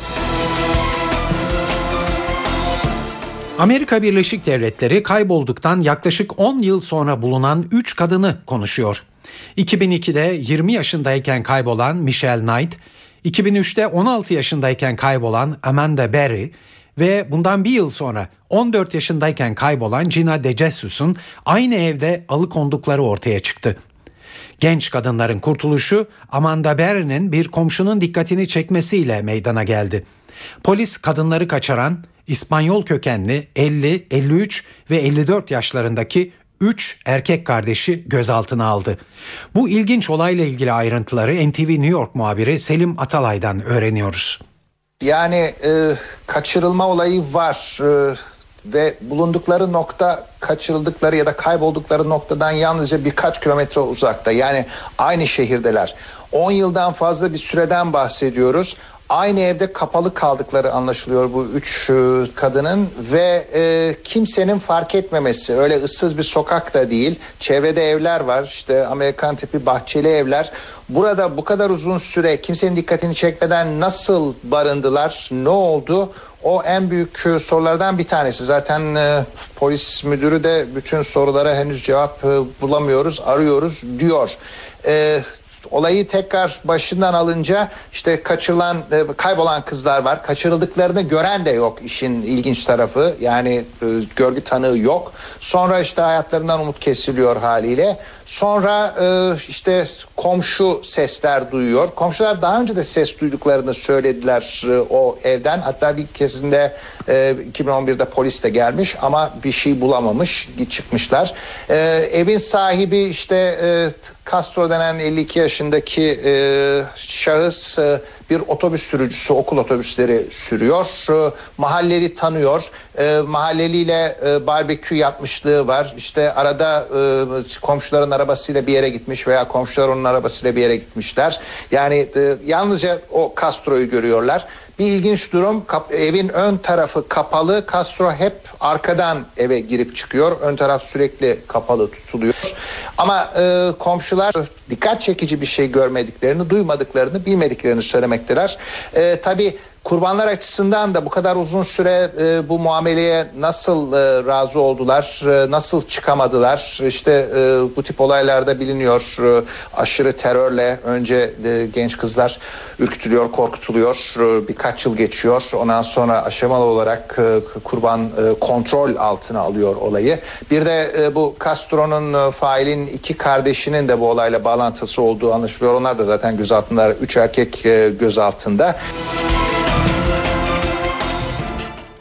Amerika Birleşik Devletleri kaybolduktan yaklaşık 10 yıl sonra bulunan 3 kadını konuşuyor. 2002'de 20 yaşındayken kaybolan Michelle Knight, 2003'te 16 yaşındayken kaybolan Amanda Berry ve bundan bir yıl sonra 14 yaşındayken kaybolan Gina De Jesus'un aynı evde alıkondukları ortaya çıktı. Genç kadınların kurtuluşu Amanda Berry'nin bir komşunun dikkatini çekmesiyle meydana geldi. Polis kadınları kaçıran İspanyol kökenli 50, 53 ve 54 yaşlarındaki 3 erkek kardeşi gözaltına aldı. Bu ilginç olayla ilgili ayrıntıları NTV New York muhabiri Selim Atalay'dan öğreniyoruz. Yani kaçırılma olayı var ve bulundukları nokta kaçırıldıkları ya da kayboldukları noktadan yalnızca birkaç kilometre uzakta. Yani aynı şehirdeler. 10 yıldan fazla bir süreden bahsediyoruz. Aynı evde kapalı kaldıkları anlaşılıyor bu 3 kadının ve kimsenin fark etmemesi. Öyle ıssız bir sokak da değil. Çevrede evler var, işte Amerikan tipi bahçeli evler. Burada bu kadar uzun süre kimsenin dikkatini çekmeden nasıl barındılar, ne oldu? O en büyük sorulardan bir tanesi. Zaten polis müdürü de bütün sorulara henüz cevap bulamıyoruz, arıyoruz diyor. Olayı tekrar başından alınca işte kaybolan kızlar var. Kaçırıldıklarını gören de yok, işin ilginç tarafı. Yani görgü tanığı yok. Sonra işte hayatlarından umut kesiliyor haliyle. Sonra işte komşu sesler duyuyor. Komşular daha önce de ses duyduklarını söylediler o evden. Hatta bir kezinde 2011'de polis de gelmiş ama bir şey bulamamış. Çıkmışlar. Evin sahibi işte Castro denen 52 yaşındaki şahıs bir otobüs sürücüsü, okul otobüsleri sürüyor. Mahalleli tanıyor. Mahalleliyle barbekü yapmışlığı var. İşte arada komşuların arabasıyla bir yere gitmiş veya komşular onun arabasıyla bir yere gitmişler. Yani yalnızca o Castro'yu görüyorlar. Bir ilginç durum, evin ön tarafı kapalı. Castro hep arkadan eve girip çıkıyor. Ön taraf sürekli kapalı tutuluyor. Ama komşular dikkat çekici bir şey görmediklerini, duymadıklarını, bilmediklerini söylemekteler. Tabii kurbanlar açısından da bu kadar uzun süre bu muameleye nasıl razı oldular, nasıl çıkamadılar? İşte bu tip olaylarda biliniyor, aşırı terörle önce genç kızlar ürkütülüyor, korkutuluyor. Birkaç yıl geçiyor. Ondan sonra aşamalı olarak kurban kontrol altına alıyor olayı. Bir de bu Castro'nun failin 2 kardeşinin de bu olayla bağlantısı olduğu anlaşılıyor. Onlar da zaten gözaltında, 3 erkek gözaltında.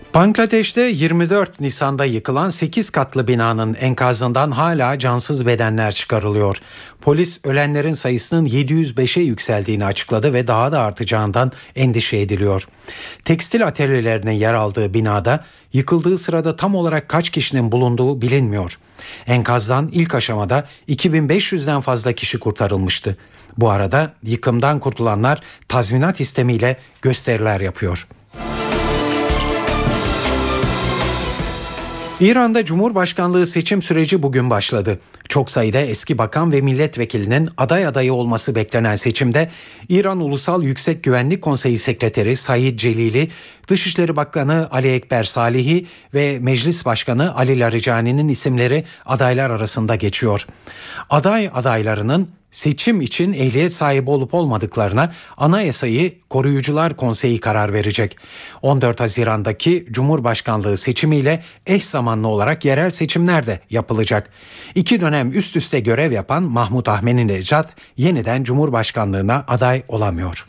Bangladeş'te 24 Nisan'da yıkılan 8 katlı binanın enkazından hala cansız bedenler çıkarılıyor. Polis ölenlerin sayısının 705'e yükseldiğini açıkladı ve daha da artacağından endişe ediliyor. Tekstil atölyelerinin yer aldığı binada yıkıldığı sırada tam olarak kaç kişinin bulunduğu bilinmiyor. Enkazdan ilk aşamada 2500'den fazla kişi kurtarılmıştı. Bu arada yıkımdan kurtulanlar tazminat istemiyle gösteriler yapıyor. İran'da Cumhurbaşkanlığı seçim süreci bugün başladı. Çok sayıda eski bakan ve milletvekilinin aday adayı olması beklenen seçimde İran Ulusal Yüksek Güvenlik Konseyi Sekreteri Said Celili, Dışişleri Bakanı Ali Ekber Salihi ve Meclis Başkanı Ali Larijani'nin isimleri adaylar arasında geçiyor. Aday adaylarının seçim için ehliyet sahibi olup olmadıklarına Anayasayı Koruyucular Konseyi karar verecek. 14 Haziran'daki Cumhurbaşkanlığı seçimiyle eş zamanlı olarak yerel seçimler de yapılacak. 2 dönem üst üste görev yapan Mahmut Ahmadinejad yeniden Cumhurbaşkanlığına aday olamıyor.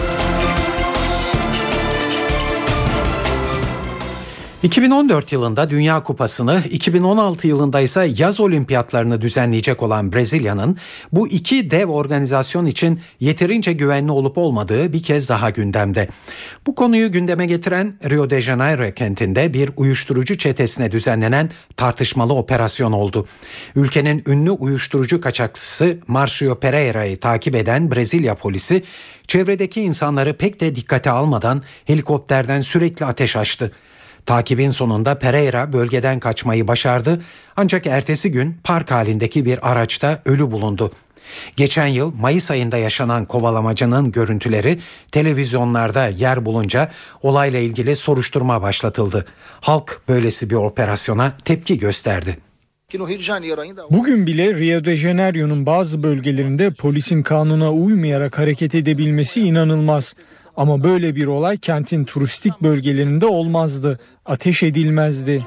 ...2014 yılında Dünya Kupası'nı, 2016 yılında ise yaz olimpiyatlarını düzenleyecek olan Brezilya'nın... ...bu iki dev organizasyon için yeterince güvenli olup olmadığı bir kez daha gündemde. Bu konuyu gündeme getiren Rio de Janeiro kentinde bir uyuşturucu çetesine düzenlenen tartışmalı operasyon oldu. Ülkenin ünlü uyuşturucu kaçakçısı Marcio Pereira'yı takip eden Brezilya polisi... ...çevredeki insanları pek de dikkate almadan helikopterden sürekli ateş açtı. Takibin sonunda Pereira bölgeden kaçmayı başardı ancak ertesi gün park halindeki bir araçta ölü bulundu. Geçen yıl Mayıs ayında yaşanan kovalamacının görüntüleri televizyonlarda yer bulunca olayla ilgili soruşturma başlatıldı. Halk böylesi bir operasyona tepki gösterdi. Bugün bile Rio de Janeiro'nun bazı bölgelerinde polisin kanuna uymayarak hareket edebilmesi inanılmaz. Ama böyle bir olay kentin turistik bölgelerinde olmazdı, ateş edilmezdi.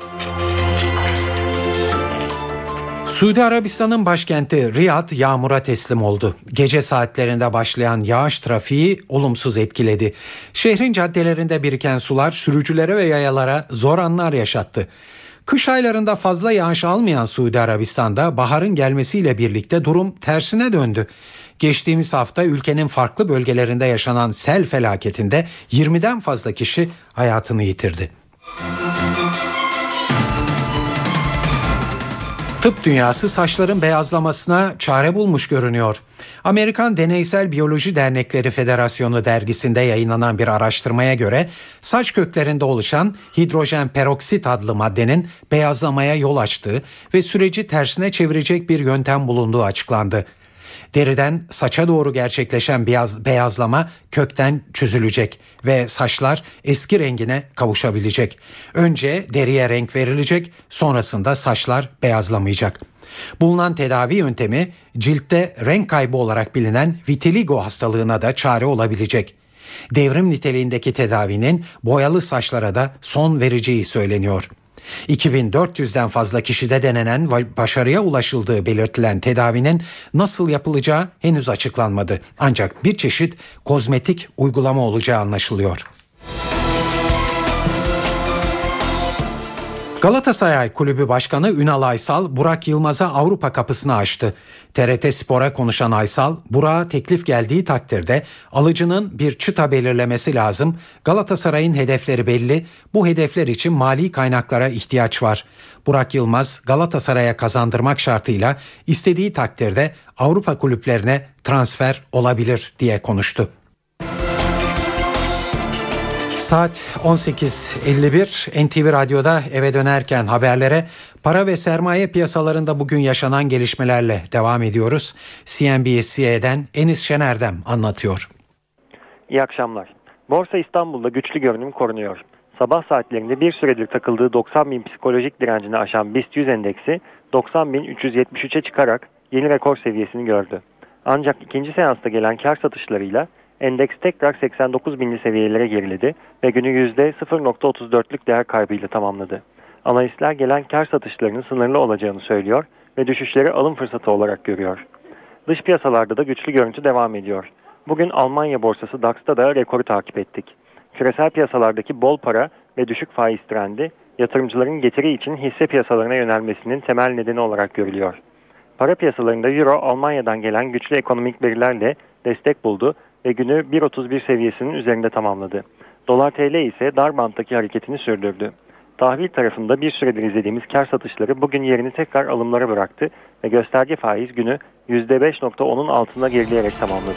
Suudi Arabistan'ın başkenti Riyad yağmura teslim oldu. Gece saatlerinde başlayan yağış trafiği olumsuz etkiledi. Şehrin caddelerinde biriken sular sürücülere ve yayalara zor anlar yaşattı. Kış aylarında fazla yağış almayan Suudi Arabistan'da baharın gelmesiyle birlikte durum tersine döndü. Geçtiğimiz hafta ülkenin farklı bölgelerinde yaşanan sel felaketinde 20'den fazla kişi hayatını yitirdi. Tıp dünyası saçların beyazlamasına çare bulmuş görünüyor. Amerikan Deneysel Biyoloji Dernekleri Federasyonu dergisinde yayınlanan bir araştırmaya göre saç köklerinde oluşan hidrojen peroksit adlı maddenin beyazlamaya yol açtığı ve süreci tersine çevirecek bir yöntem bulunduğu açıklandı. Deriden saça doğru gerçekleşen beyazlama kökten çözülecek ve saçlar eski rengine kavuşabilecek. Önce deriye renk verilecek, sonrasında saçlar beyazlamayacak. Bulunan tedavi yöntemi ciltte renk kaybı olarak bilinen vitiligo hastalığına da çare olabilecek. Devrim niteliğindeki tedavinin boyalı saçlara da son vereceği söyleniyor. 2400'den fazla kişide denenen başarıya ulaşıldığı belirtilen tedavinin nasıl yapılacağı henüz açıklanmadı. Ancak bir çeşit kozmetik uygulama olacağı anlaşılıyor. Galatasaray Kulübü Başkanı Ünal Aysal, Burak Yılmaz'a Avrupa kapısını açtı. TRT Spor'a konuşan Aysal, Burak'a teklif geldiği takdirde alıcının bir çıta belirlemesi lazım. Galatasaray'ın hedefleri belli. Bu hedefler için mali kaynaklara ihtiyaç var. Burak Yılmaz, Galatasaray'a kazandırmak şartıyla istediği takdirde Avrupa kulüplerine transfer olabilir diye konuştu. Saat 18.51 NTV Radyo'da eve dönerken haberlere para ve sermaye piyasalarında bugün yaşanan gelişmelerle devam ediyoruz. CNBC'den Enis Şener'den anlatıyor. İyi akşamlar. Borsa İstanbul'da güçlü görünüm korunuyor. Sabah saatlerinde bir süredir takıldığı 90.000 psikolojik direncini aşan BIST 100 endeksi 90.373'e çıkarak yeni rekor seviyesini gördü. Ancak ikinci seansta gelen kar satışlarıyla endeks tekrar 89.000'li seviyelere geriledi ve günü %0.34'lük değer kaybıyla tamamladı. Analistler gelen kar satışlarının sınırlı olacağını söylüyor ve düşüşleri alım fırsatı olarak görüyor. Dış piyasalarda da güçlü görüntü devam ediyor. Bugün Almanya borsası DAX'ta da rekoru takip ettik. Küresel piyasalardaki bol para ve düşük faiz trendi, yatırımcıların getiri için hisse piyasalarına yönelmesinin temel nedeni olarak görülüyor. Para piyasalarında Euro, Almanya'dan gelen güçlü ekonomik verilerle destek buldu ve günü 1.31 seviyesinin üzerinde tamamladı. Dolar TL ise dar banttaki hareketini sürdürdü. Tahvil tarafında bir süredir izlediğimiz kar satışları bugün yerini tekrar alımlara bıraktı ve gösterge faiz günü %5.10'un altında gerileyerek tamamladı.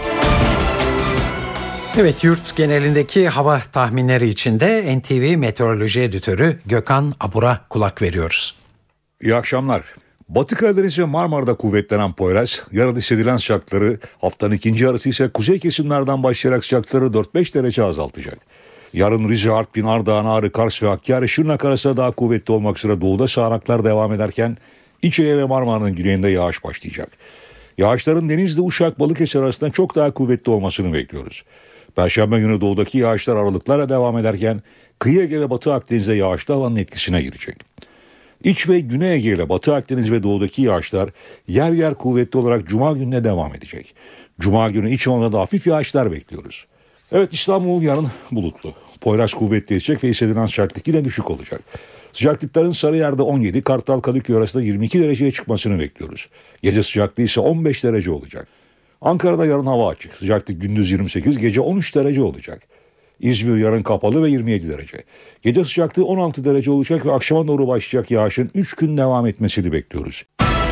Evet, yurt genelindeki hava tahminleri içinde NTV Meteoroloji Editörü Gökhan Abur'a kulak veriyoruz. İyi akşamlar. Batı Karadeniz ve Marmara'da kuvvetlenen Poyraz, yarın hissedilen sıcakları, haftanın ikinci yarısı ise kuzey kesimlerden başlayarak sıcakları 4-5 derece azaltacak. Yarın Rize, Artvin, Ardahan, Ağrı, Kars ve Hakkari, Şırnak arasında daha kuvvetli olmak üzere doğuda sağanaklar devam ederken İç Ege ve Marmara'nın güneyinde yağış başlayacak. Yağışların Denizli, Uşak, Balıkesir arasında çok daha kuvvetli olmasını bekliyoruz. Perşembe günü doğudaki yağışlar aralıklarla devam ederken kıyı Ege ve Batı Akdeniz'de yağışlı havanın etkisine girecek. İç ve Güney Ege ile Batı Akdeniz ve doğudaki yağışlar yer yer kuvvetli olarak Cuma gününe devam edecek. Cuma günü İç Anadolu'da hafif yağışlar bekliyoruz. Evet, İstanbul yarın bulutlu. Poyraz kuvvetleyecek ve hissedilen sıcaklık yine düşük olacak. Sıcaklıkların Sarıyer'de 17, Kartal Kadıköy arasında 22 dereceye çıkmasını bekliyoruz. Gece sıcaklığı ise 15 derece olacak. Ankara'da yarın hava açık. Sıcaklık gündüz 28, gece 13 derece olacak. İzmir yarın kapalı ve 27 derece. Gece sıcaklığı 16 derece olacak ve akşama doğru başlayacak yağışın 3 gün devam etmesini bekliyoruz.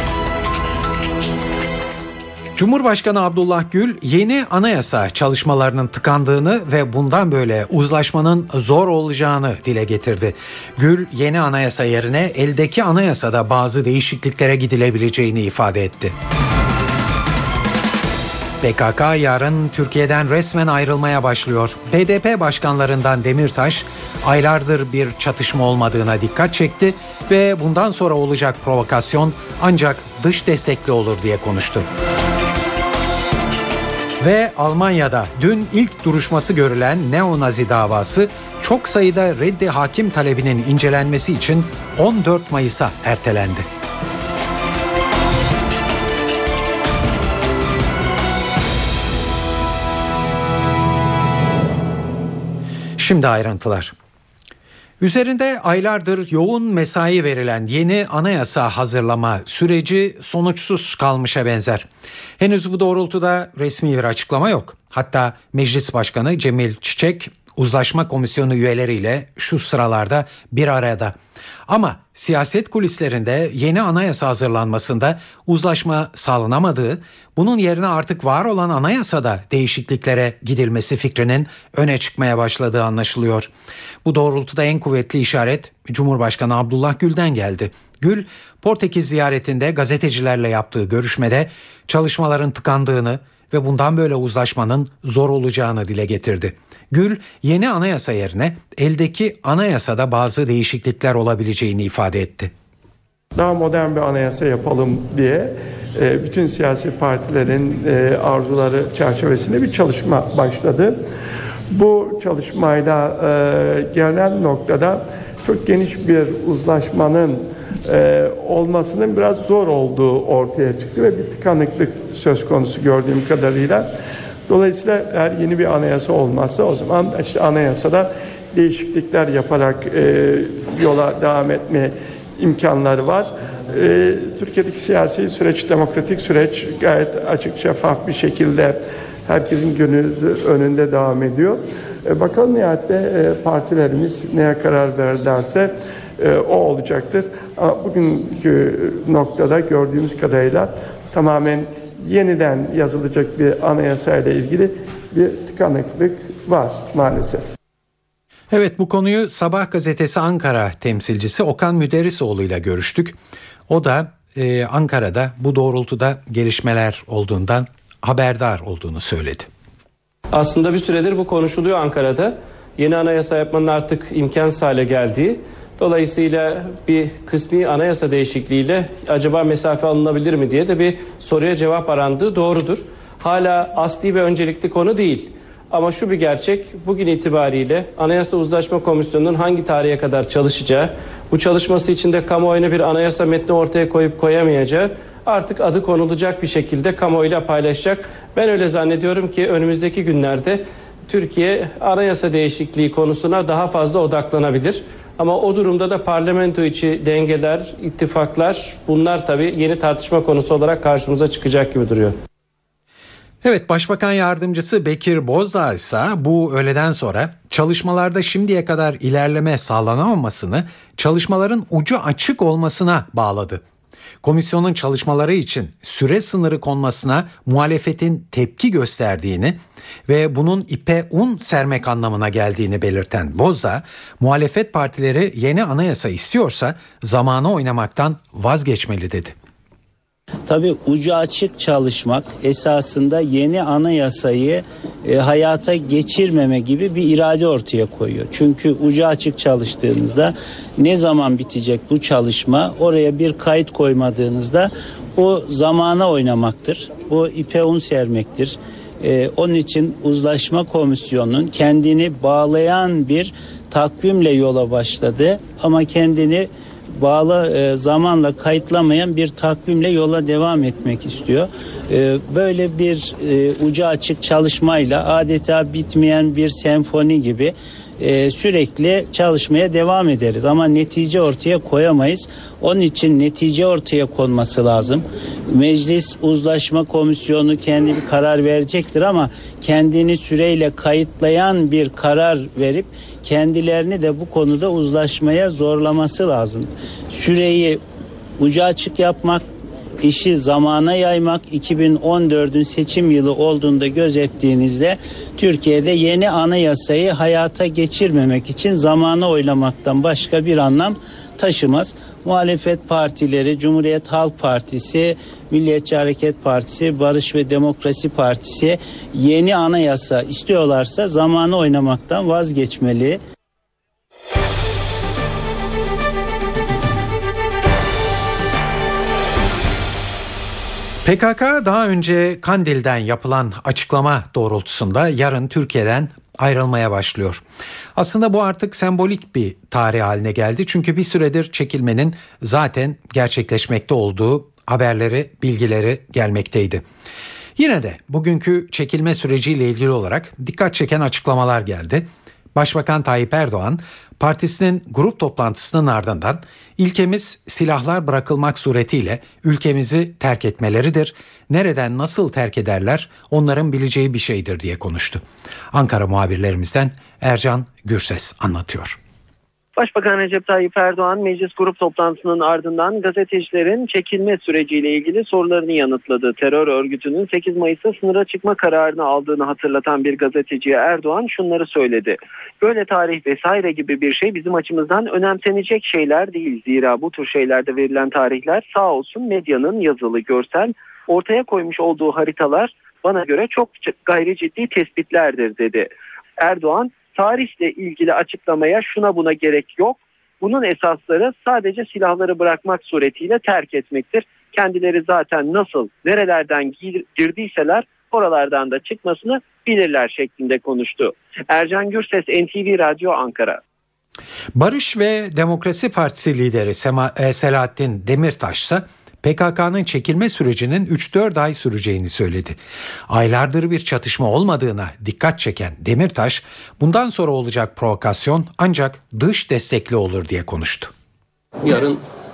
Cumhurbaşkanı Abdullah Gül yeni anayasa çalışmalarının tıkandığını ve bundan böyle uzlaşmanın zor olacağını dile getirdi. Gül yeni anayasa yerine eldeki anayasada bazı değişikliklere gidilebileceğini ifade etti. PKK yarın Türkiye'den resmen ayrılmaya başlıyor. BDP başkanlarından Demirtaş aylardır bir çatışma olmadığına dikkat çekti ve bundan sonra olacak provokasyon ancak dış destekli olur diye konuştu. Ve Almanya'da dün ilk duruşması görülen neonazi davası çok sayıda reddi hakim talebinin incelenmesi için 14 Mayıs'a ertelendi. Şimdi ayrıntılar. Üzerinde aylardır yoğun mesai verilen yeni anayasa hazırlama süreci sonuçsuz kalmışa benzer. Henüz bu doğrultuda resmi bir açıklama yok. Hatta Meclis Başkanı Cemil Çiçek uzlaşma komisyonu üyeleriyle şu sıralarda bir arada. Ama siyaset kulislerinde yeni anayasa hazırlanmasında uzlaşma sağlanamadığı, bunun yerine artık var olan anayasada değişikliklere gidilmesi fikrinin öne çıkmaya başladığı anlaşılıyor. Bu doğrultuda en kuvvetli işaret Cumhurbaşkanı Abdullah Gül'den geldi. Gül, Portekiz ziyaretinde gazetecilerle yaptığı görüşmede çalışmaların tıkandığını ve bundan böyle uzlaşmanın zor olacağını dile getirdi. Gül, yeni anayasa yerine eldeki anayasada bazı değişiklikler olabileceğini ifade etti. Daha modern bir anayasa yapalım diye bütün siyasi partilerin arzuları çerçevesinde bir çalışma başladı. Bu çalışmayla gelinen noktada çok geniş bir uzlaşmanın olmasının biraz zor olduğu ortaya çıktı ve bir tıkanıklık söz konusu gördüğüm kadarıyla. Dolayısıyla eğer yeni bir anayasa olmazsa o zaman işte anayasada değişiklikler yaparak yola devam etme imkanları var. Türkiye'deki siyasi süreç, demokratik süreç gayet açık, şeffaf bir şekilde herkesin gözü önünde devam ediyor. Bakalım nihayette partilerimiz neye karar verirlerse o olacaktır. Ama bugünkü noktada gördüğümüz kadarıyla tamamen yeniden yazılacak bir anayasa ile ilgili bir tıkanıklık var maalesef. Evet, bu konuyu Sabah gazetesi Ankara temsilcisi Okan Müderrisoğlu ile görüştük. O da Ankara'da bu doğrultuda gelişmeler olduğundan haberdar olduğunu söyledi. Aslında bir süredir bu konuşuluyor Ankara'da. Yeni anayasa yapmanın artık imkansız hale geldiği. Dolayısıyla bir kısmi anayasa değişikliğiyle acaba mesafe alınabilir mi diye de bir soruya cevap arandığı doğrudur. Hala asli ve öncelikli konu değil. Ama şu bir gerçek, bugün itibariyle Anayasa Uzlaşma Komisyonu'nun hangi tarihe kadar çalışacağı, bu çalışması için de kamuoyuna bir anayasa metni ortaya koyup koyamayacağı artık adı konulacak bir şekilde kamuoyuyla paylaşacak. Ben öyle zannediyorum ki önümüzdeki günlerde Türkiye anayasa değişikliği konusuna daha fazla odaklanabilir. Ama o durumda da parlamento içi dengeler, ittifaklar, bunlar tabii yeni tartışma konusu olarak karşımıza çıkacak gibi duruyor. Evet, Başbakan Yardımcısı Bekir Bozdağ ise bu öğleden sonra çalışmalarda şimdiye kadar ilerleme sağlanamamasını çalışmaların ucu açık olmasına bağladı. Komisyonun çalışmaları için süre sınırı konmasına muhalefetin tepki gösterdiğini ve bunun ipe un sermek anlamına geldiğini belirten Bozdağ, muhalefet partileri yeni anayasa istiyorsa zamanı oynamaktan vazgeçmeli dedi. Tabii ucu açık çalışmak esasında yeni anayasayı hayata geçirmeme gibi bir irade ortaya koyuyor. Çünkü ucu açık çalıştığınızda ne zaman bitecek bu çalışma, oraya bir kayıt koymadığınızda o zamana oynamaktır. O ipe un sermektir. Onun için Uzlaşma Komisyonu'nun kendini bağlayan bir takvimle yola başladı ama kendini zamanla kayıtlamayan bir takvimle yola devam etmek istiyor. Böyle bir ucu açık çalışmayla adeta bitmeyen bir senfoni gibi sürekli çalışmaya devam ederiz ama netice ortaya koyamayız. Onun için netice ortaya konması lazım. Meclis Uzlaşma Komisyonu kendi bir karar verecektir ama kendini süreyle kayıtlayan bir karar verip kendilerini de bu konuda uzlaşmaya zorlaması lazım. Süreyi ucu açık yapmak, işi zamana yaymak, 2014'ün seçim yılı olduğunda gözettiğinizde Türkiye'de yeni anayasayı hayata geçirmemek için zamana oylamaktan başka bir anlam taşımaz. Muhalefet partileri, Cumhuriyet Halk Partisi, Milliyetçi Hareket Partisi, Barış ve Demokrasi Partisi yeni anayasa istiyorlarsa zamanı oynamaktan vazgeçmeli. PKK daha önce Kandil'den yapılan açıklama doğrultusunda yarın Türkiye'den ayrılmaya başlıyor. Aslında bu artık sembolik bir tarih haline geldi. Çünkü bir süredir çekilmenin zaten gerçekleşmekte olduğu haberleri, bilgileri gelmekteydi. Yine de bugünkü çekilme süreciyle ilgili olarak dikkat çeken açıklamalar geldi. Başbakan Tayyip Erdoğan, partisinin grup toplantısının ardından ilkemiz silahlar bırakılmak suretiyle ülkemizi terk etmeleridir. Nereden nasıl terk ederler onların bileceği bir şeydir diye konuştu. Ankara muhabirlerimizden Ercan Gürses anlatıyor. Başbakan Recep Tayyip Erdoğan meclis grup toplantısının ardından gazetecilerin çekilme süreciyle ilgili sorularını yanıtladı. Terör örgütünün 8 Mayıs'ta sınıra çıkma kararını aldığını hatırlatan bir gazeteciye Erdoğan şunları söyledi. Böyle tarih vesaire gibi bir şey bizim açımızdan önemsenecek şeyler değil. Zira bu tür şeylerde verilen tarihler sağ olsun medyanın yazılı, görsel ortaya koymuş olduğu haritalar bana göre çok gayri ciddi tespitlerdir dedi. Erdoğan, tarihle ilgili açıklamaya şuna buna gerek yok. Bunun esasları sadece silahları bırakmak suretiyle terk etmektir. Kendileri zaten nasıl, nerelerden girdiyseler oralardan da çıkmasını bilirler şeklinde konuştu. Ercan Gürses, NTV Radyo, Ankara. Barış ve Demokrasi Partisi lideri Selahattin Demirtaş ise PKK'nın çekilme sürecinin 3-4 ay süreceğini söyledi. Aylardır bir çatışma olmadığına dikkat çeken Demirtaş, bundan sonra olacak provokasyon ancak dış destekli olur diye konuştu. Yarın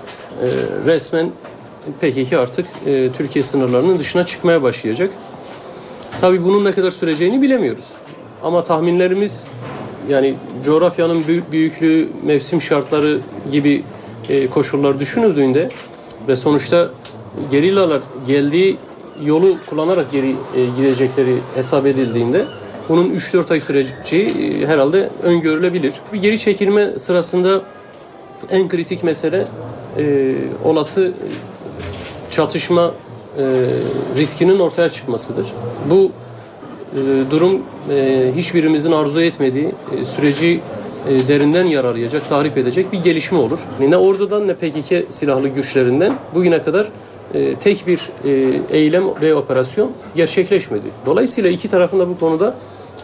resmen PKK artık Türkiye sınırlarının dışına çıkmaya başlayacak. Tabii bunun ne kadar süreceğini bilemiyoruz. Ama tahminlerimiz, yani coğrafyanın büyüklüğü, mevsim şartları gibi koşullar düşünüldüğünde ve sonuçta gerillalar geldiği yolu kullanarak geri gidecekleri hesap edildiğinde bunun 3-4 ay süreceği herhalde öngörülebilir. Bir geri çekilme sırasında en kritik mesele olası çatışma riskinin ortaya çıkmasıdır. Bu durum hiçbirimizin arzu etmediği süreci derinden yararlayacak, tahrip edecek bir gelişme olur. Ne ordudan ne PKK silahlı güçlerinden bugüne kadar tek bir eylem ve operasyon gerçekleşmedi. Dolayısıyla iki tarafın da bu konuda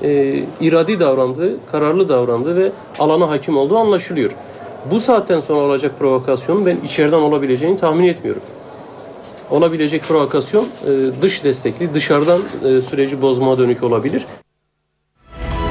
iradi davrandığı, kararlı davrandığı ve alana hakim olduğu anlaşılıyor. Bu saatten sonra olacak provokasyonun ben içeriden olabileceğini tahmin etmiyorum. Olabilecek provokasyon dış destekli, dışarıdan süreci bozmaya dönük olabilir.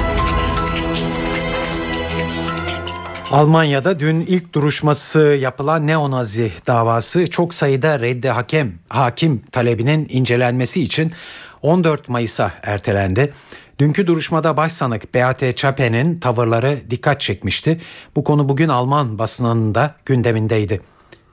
Almanya'da dün ilk duruşması yapılan neonazi davası çok sayıda reddi hakim talebinin incelenmesi için 14 Mayıs'a ertelendi. Dünkü duruşmada başsanık Beate Zschäpe'nin tavırları dikkat çekmişti. Bu konu bugün Alman basınının da gündemindeydi.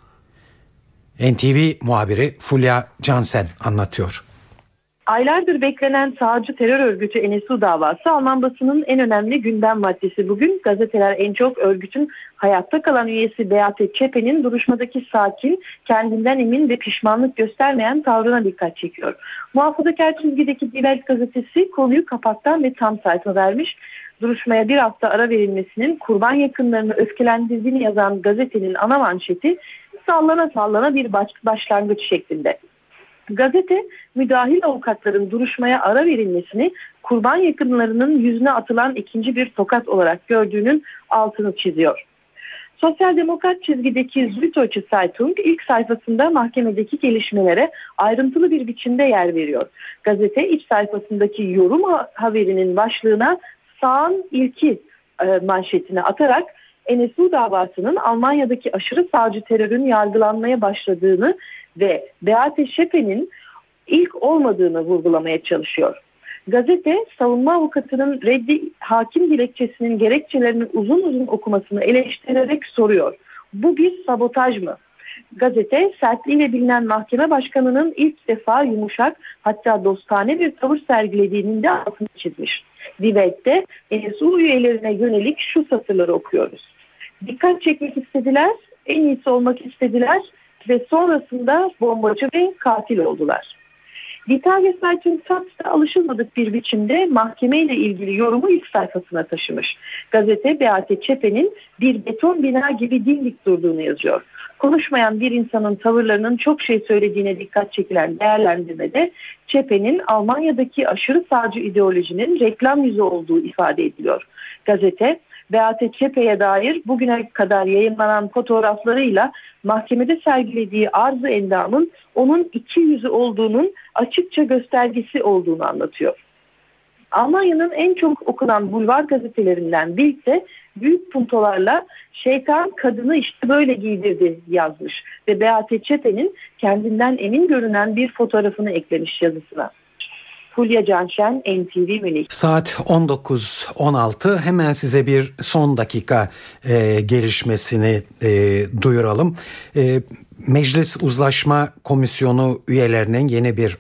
NTV muhabiri Fulya Cansen anlatıyor. Aylardır beklenen sağcı terör örgütü NSU davası Alman basının en önemli gündem maddesi. Bugün gazeteler en çok örgütün hayatta kalan üyesi Beate Zschäpe'nin duruşmadaki sakin, kendinden emin ve pişmanlık göstermeyen tavrına dikkat çekiyor. Muhafazakar çizgideki Die Welt gazetesi konuyu kapaktan ve tam sayfa vermiş. Duruşmaya bir hafta ara verilmesinin kurban yakınlarını öfkelendirdiğini yazan gazetenin ana manşeti sallana sallana bir başlangıç şeklinde. Gazete, müdahil avukatların duruşmaya ara verilmesini kurban yakınlarının yüzüne atılan ikinci bir tokat olarak gördüğünün altını çiziyor. Sosyal demokrat çizgideki Süddeutsche Zeitung ilk sayfasında mahkemedeki gelişmelere ayrıntılı bir biçimde yer veriyor. Gazete iç sayfasındaki yorum haberinin başlığına sağın ilki manşetini atarak NSU davasının Almanya'daki aşırı sağcı terörün yargılanmaya başladığını ve Beate Zschäpe'nin ilk olmadığını vurgulamaya çalışıyor. Gazete, savunma avukatının reddi hakim dilekçesinin gerekçelerini uzun uzun okumasını eleştirerek soruyor. Bu bir sabotaj mı? Gazete, sertliğiyle bilinen mahkeme başkanının ilk defa yumuşak, hatta dostane bir tavır sergilediğinin de altını çizmiş. Die Welt'te NSU üyelerine yönelik şu satırları okuyoruz. Dikkat çekmek istediler, en iyisi olmak istediler ve sonrasında bombacı ve katil oldular. Die Tageszeitung da alışılmadık bir biçimde mahkemeyle ilgili yorumu ilk sayfasına taşımış. Gazete, Beate Zschäpe'nin bir beton bina gibi dimdik durduğunu yazıyor. Konuşmayan bir insanın tavırlarının çok şey söylediğine dikkat çekilen değerlendirmede Zschäpe'nin Almanya'daki aşırı sağcı ideolojinin reklam yüzü olduğu ifade ediliyor. Gazete, Beate Zschäpe'ye dair bugüne kadar yayınlanan fotoğraflarıyla mahkemede sergilediği arz-ı endamın onun iki yüzü olduğunun açıkça göstergesi olduğunu anlatıyor. Almanya'nın en çok okunan bulvar gazetelerinden Bild de büyük puntolarla "Şeytan kadını işte böyle giydirdi" yazmış ve Beate Zschäpe'nin kendinden emin görünen bir fotoğrafını eklemiş yazısına. Fulya Cansen, NTV Münih. Saat 19.16. Hemen size bir son dakika gelişmesini duyuralım. Meclis Uzlaşma Komisyonu üyelerinin yeni bir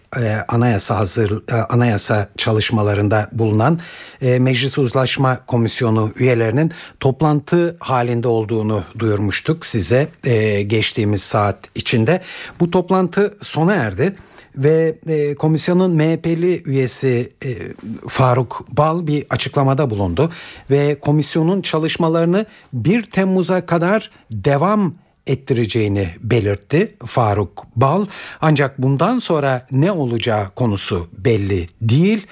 anayasa çalışmalarında bulunan Meclis Uzlaşma Komisyonu üyelerinin toplantı halinde olduğunu duyurmuştuk size geçtiğimiz saat içinde. Bu toplantı sona erdi. Ve komisyonun MHP'li üyesi Faruk Bal bir açıklamada bulundu ve komisyonun çalışmalarını 1 Temmuz'a kadar devam ettireceğini belirtti Faruk Bal. Ancak bundan sonra ne olacağı konusu belli değil.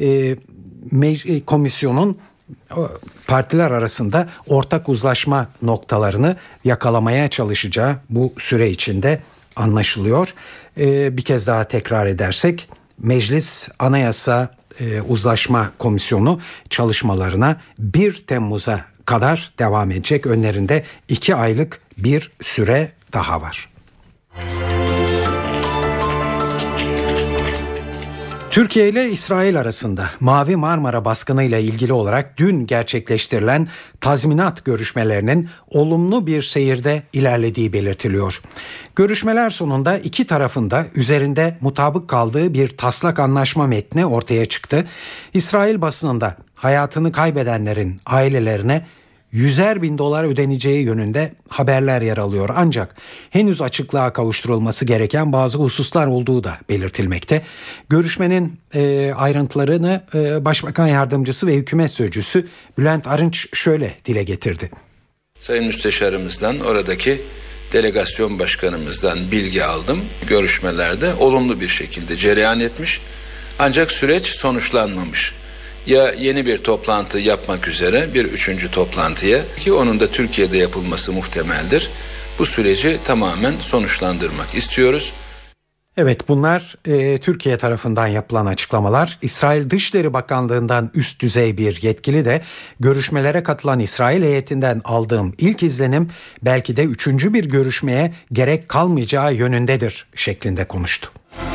Komisyonun partiler arasında ortak uzlaşma noktalarını yakalamaya çalışacağı bu süre içinde anlaşılıyor. Bir kez daha tekrar edersek, Meclis Anayasa Uzlaşma Komisyonu çalışmalarına 1 Temmuz'a kadar devam edecek. Önlerinde 2 aylık bir süre daha var. Türkiye ile İsrail arasında Mavi Marmara baskınıyla ilgili olarak dün gerçekleştirilen tazminat görüşmelerinin olumlu bir seyirde ilerlediği belirtiliyor. Görüşmeler sonunda iki tarafın da üzerinde mutabık kaldığı bir taslak anlaşma metni ortaya çıktı. İsrail basınında hayatını kaybedenlerin ailelerine $100.000 ödeneceği yönünde haberler yer alıyor. Ancak henüz açıklığa kavuşturulması gereken bazı hususlar olduğu da belirtilmekte. Görüşmenin ayrıntılarını Başbakan Yardımcısı ve Hükümet Sözcüsü Bülent Arınç şöyle dile getirdi. Sayın Müsteşarımızdan, oradaki delegasyon başkanımızdan bilgi aldım. Görüşmelerde olumlu bir şekilde cereyan etmiş. Ancak süreç sonuçlanmamış. Ya yeni bir toplantı yapmak üzere bir 3. toplantıya, ki onun da Türkiye'de yapılması muhtemeldir. Bu süreci tamamen sonuçlandırmak istiyoruz. Evet, bunlar Türkiye tarafından yapılan açıklamalar. İsrail Dışişleri Bakanlığı'ndan üst düzey bir yetkili de görüşmelere katılan İsrail heyetinden aldığım ilk izlenim belki de 3. bir görüşmeye gerek kalmayacağı yönündedir şeklinde konuştu.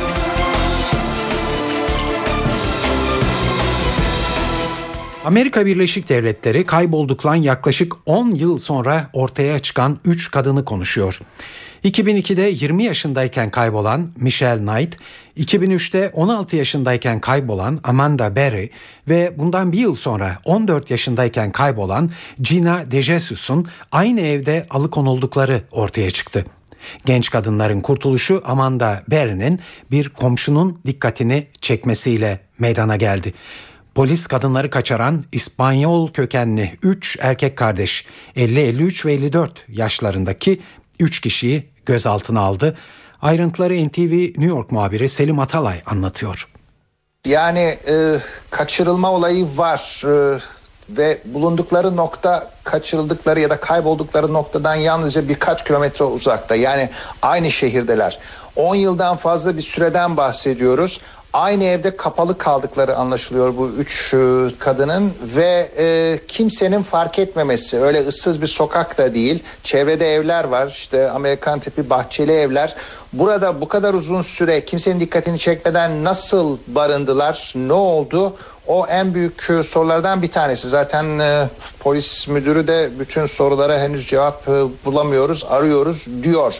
Amerika Birleşik Devletleri kaybolduktan yaklaşık 10 yıl sonra ortaya çıkan 3 kadını konuşuyor. 2002'de 20 yaşındayken kaybolan Michelle Knight, 2003'te 16 yaşındayken kaybolan Amanda Berry ve bundan bir yıl sonra 14 yaşındayken kaybolan Gina DeJesus'un aynı evde alıkonuldukları ortaya çıktı. Genç kadınların kurtuluşu Amanda Berry'nin bir komşunun dikkatini çekmesiyle meydana geldi. Polis kadınları kaçıran İspanyol kökenli 3 erkek kardeş 50, 53 ve 54 yaşlarındaki 3 kişiyi gözaltına aldı. Ayrıntıları NTV New York muhabiri Selim Atalay anlatıyor. Yani kaçırılma olayı var ve bulundukları nokta kaçırıldıkları ya da kayboldukları noktadan yalnızca birkaç kilometre uzakta. Yani aynı şehirdeler. 10 yıldan fazla bir süreden bahsediyoruz. Aynı evde kapalı kaldıkları anlaşılıyor bu 3 kadının ve kimsenin fark etmemesi. Öyle ıssız bir sokak da değil. Çevrede evler var, işte Amerikan tipi bahçeli evler. Burada bu kadar uzun süre kimsenin dikkatini çekmeden nasıl barındılar, ne oldu? O en büyük sorulardan bir tanesi. Zaten polis müdürü de bütün sorulara henüz cevap bulamıyoruz, arıyoruz diyor.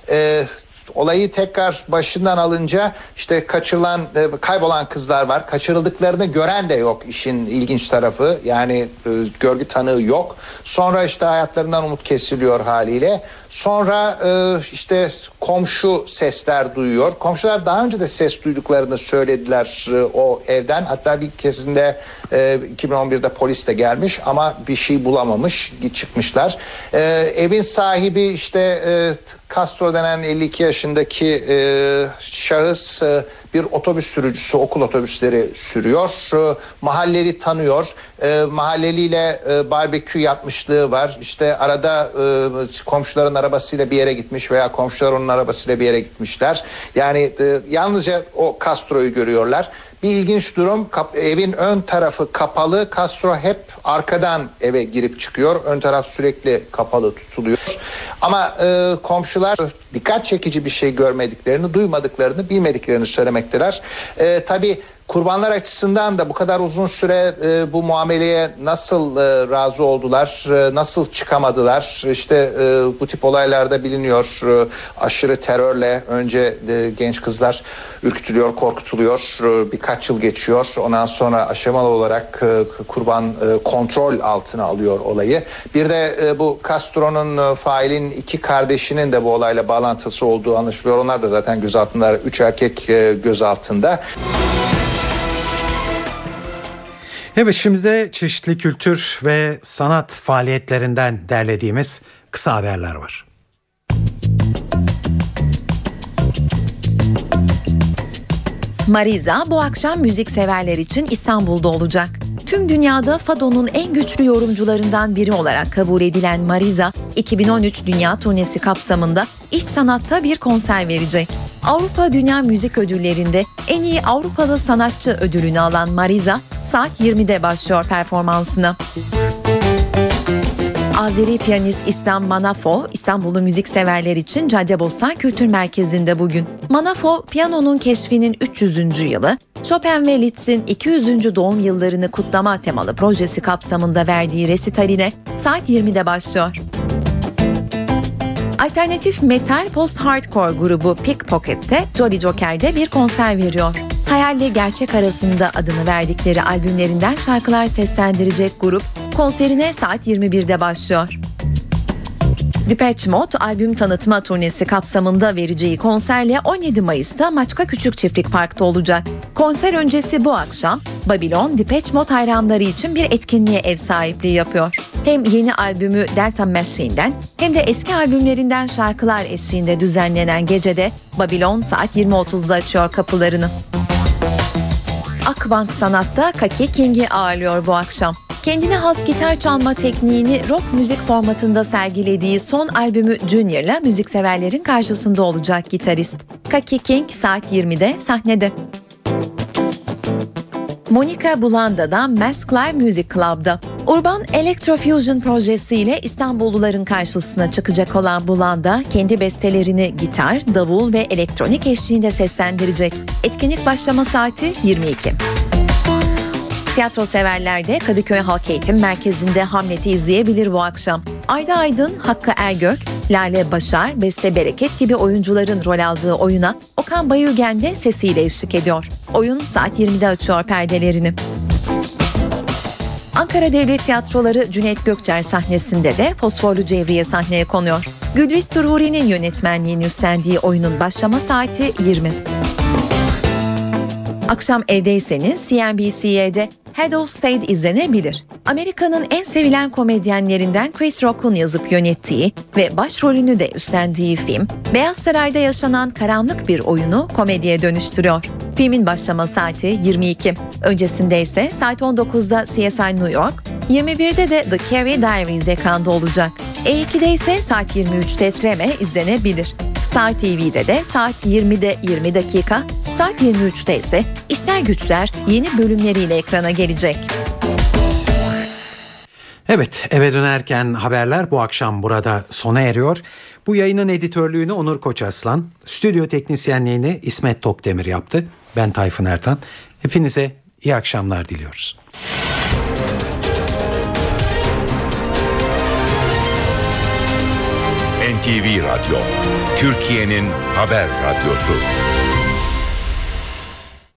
Olayı tekrar başından alınca işte kaybolan kızlar var. Kaçırıldıklarını gören de yok, işin ilginç tarafı. Yani görgü tanığı yok. Sonra işte hayatlarından umut kesiliyor haliyle. Sonra işte komşu sesler duyuyor. Komşular daha önce de ses duyduklarını söylediler o evden. Hatta bir keresinde 2011'de polis de gelmiş ama bir şey bulamamış. Çıkmışlar. Evin sahibi işte Castro denen 52 yaşındaki şahıs bir otobüs sürücüsü, okul otobüsleri sürüyor. Mahalleli tanıyor. Mahalleliyle barbekü yapmışlığı var. İşte arada komşuların arabasıyla bir yere gitmiş veya komşular onun arabasıyla bir yere gitmişler. Yani yalnızca o Castro'yu görüyorlar. Bir ilginç durum, evin ön tarafı kapalı. Castro hep arkadan eve girip çıkıyor. Ön taraf sürekli kapalı tutuluyor. Ama komşular dikkat çekici bir şey görmediklerini, duymadıklarını, bilmediklerini söylemekteler. Tabii kurbanlar açısından da bu kadar uzun süre bu muameleye nasıl razı oldular, nasıl çıkamadılar? İşte bu tip olaylarda biliniyor, aşırı terörle önce genç kızlar ürkütülüyor, korkutuluyor. Birkaç yıl geçiyor. Ondan sonra aşamalı olarak kurban kontrol altına alıyor olayı. Bir de bu Castro'nun failin 2 kardeşinin de bu olayla bağlantısı olduğu anlaşılıyor. Onlar da zaten gözaltında, 3 erkek gözaltında. Evet, şimdi de çeşitli kültür ve sanat faaliyetlerinden derlediğimiz kısa haberler var. Marisa bu akşam müzikseverler için İstanbul'da olacak. Tüm dünyada Fado'nun en güçlü yorumcularından biri olarak kabul edilen Marisa, 2013 Dünya Turnesi kapsamında İş Sanat'ta bir konser verecek. Avrupa Dünya Müzik Ödülleri'nde en iyi Avrupalı sanatçı ödülünü alan Marisa, saat 20'de başlıyor performansına. Azeri piyanist İslam Manafo, İstanbul'u müzikseverler için Caddebostan Kültür Merkezi'nde bugün. Manafo, piyanonun keşfinin 300. yılı, Chopin ve Liszt'in 200. doğum yıllarını kutlama temalı projesi kapsamında verdiği resitaline saat 20'de başlıyor. Alternatif metal post-hardcore grubu Pickpocket'te Jolly Joker'de bir konser veriyor. Hayalle gerçek arasında adını verdikleri albümlerinden şarkılar seslendirecek grup konserine saat 21'de başlıyor. Depeche Mode albüm tanıtma turnesi kapsamında vereceği konserle 17 Mayıs'ta Maçka Küçük Çiftlik Park'ta olacak. Konser öncesi bu akşam Babylon, Depeche Mode hayranları için bir etkinliğe ev sahipliği yapıyor. Hem yeni albümü Delta Machine'den hem de eski albümlerinden şarkılar eşliğinde düzenlenen gecede Babylon saat 20.30'da açıyor kapılarını. Akbank Sanat'ta Kaki King'i ağırlıyor bu akşam. Kendine has gitar çalma tekniğini rock müzik formatında sergilediği son albümü Junior'la müzikseverlerin karşısında olacak gitarist. Kaki King saat 20'de sahnede. Monica Bulanda'dan Mask Live Music Club'da. Urban Electrofusion projesiyle İstanbulluların karşısına çıkacak olan Bulanda, kendi bestelerini gitar, davul ve elektronik eşliğinde seslendirecek. Etkinlik başlama saati 22. Tiyatro severler de Kadıköy Halk Eğitim Merkezi'nde Hamlet'i izleyebilir bu akşam. Ayda Aydın, Hakkı Ergök, Lale Başar, Beste Bereket gibi oyuncuların rol aldığı oyuna Okan Bayülgen de sesiyle eşlik ediyor. Oyun saat 20'de açıyor perdelerini. Ankara Devlet Tiyatroları Cüneyt Gökçer sahnesinde de Fosforlu Cevriye sahneye konuyor. Gülriz Turhuri'nin yönetmenliğini üstlendiği oyunun başlama saati 20. Akşam evdeyseniz CNBC'de Head of State izlenebilir. Amerika'nın en sevilen komedyenlerinden Chris Rock'un yazıp yönettiği ve başrolünü de üstlendiği film, Beyaz Saray'da yaşanan karanlık bir oyunu komediye dönüştürüyor. Filmin başlama saati 22. Öncesinde ise saat 19'da CSI New York, 21'de de The Carrie Diaries ekranda olacak. E2'de ise saat 23'te Treme izlenebilir. Star TV'de de saat 20'de 20 dakika, saat 23'te ise İşler Güçler yeni bölümleriyle ekrana gelecek. Evet, eve dönerken haberler bu akşam burada sona eriyor. Bu yayının editörlüğünü Onur Koçaslan, stüdyo teknisyenliğini İsmet Tokdemir yaptı. Ben Tayfun Ertan. Hepinize iyi akşamlar diliyoruz. NTV Radyo, Türkiye'nin haber radyosu.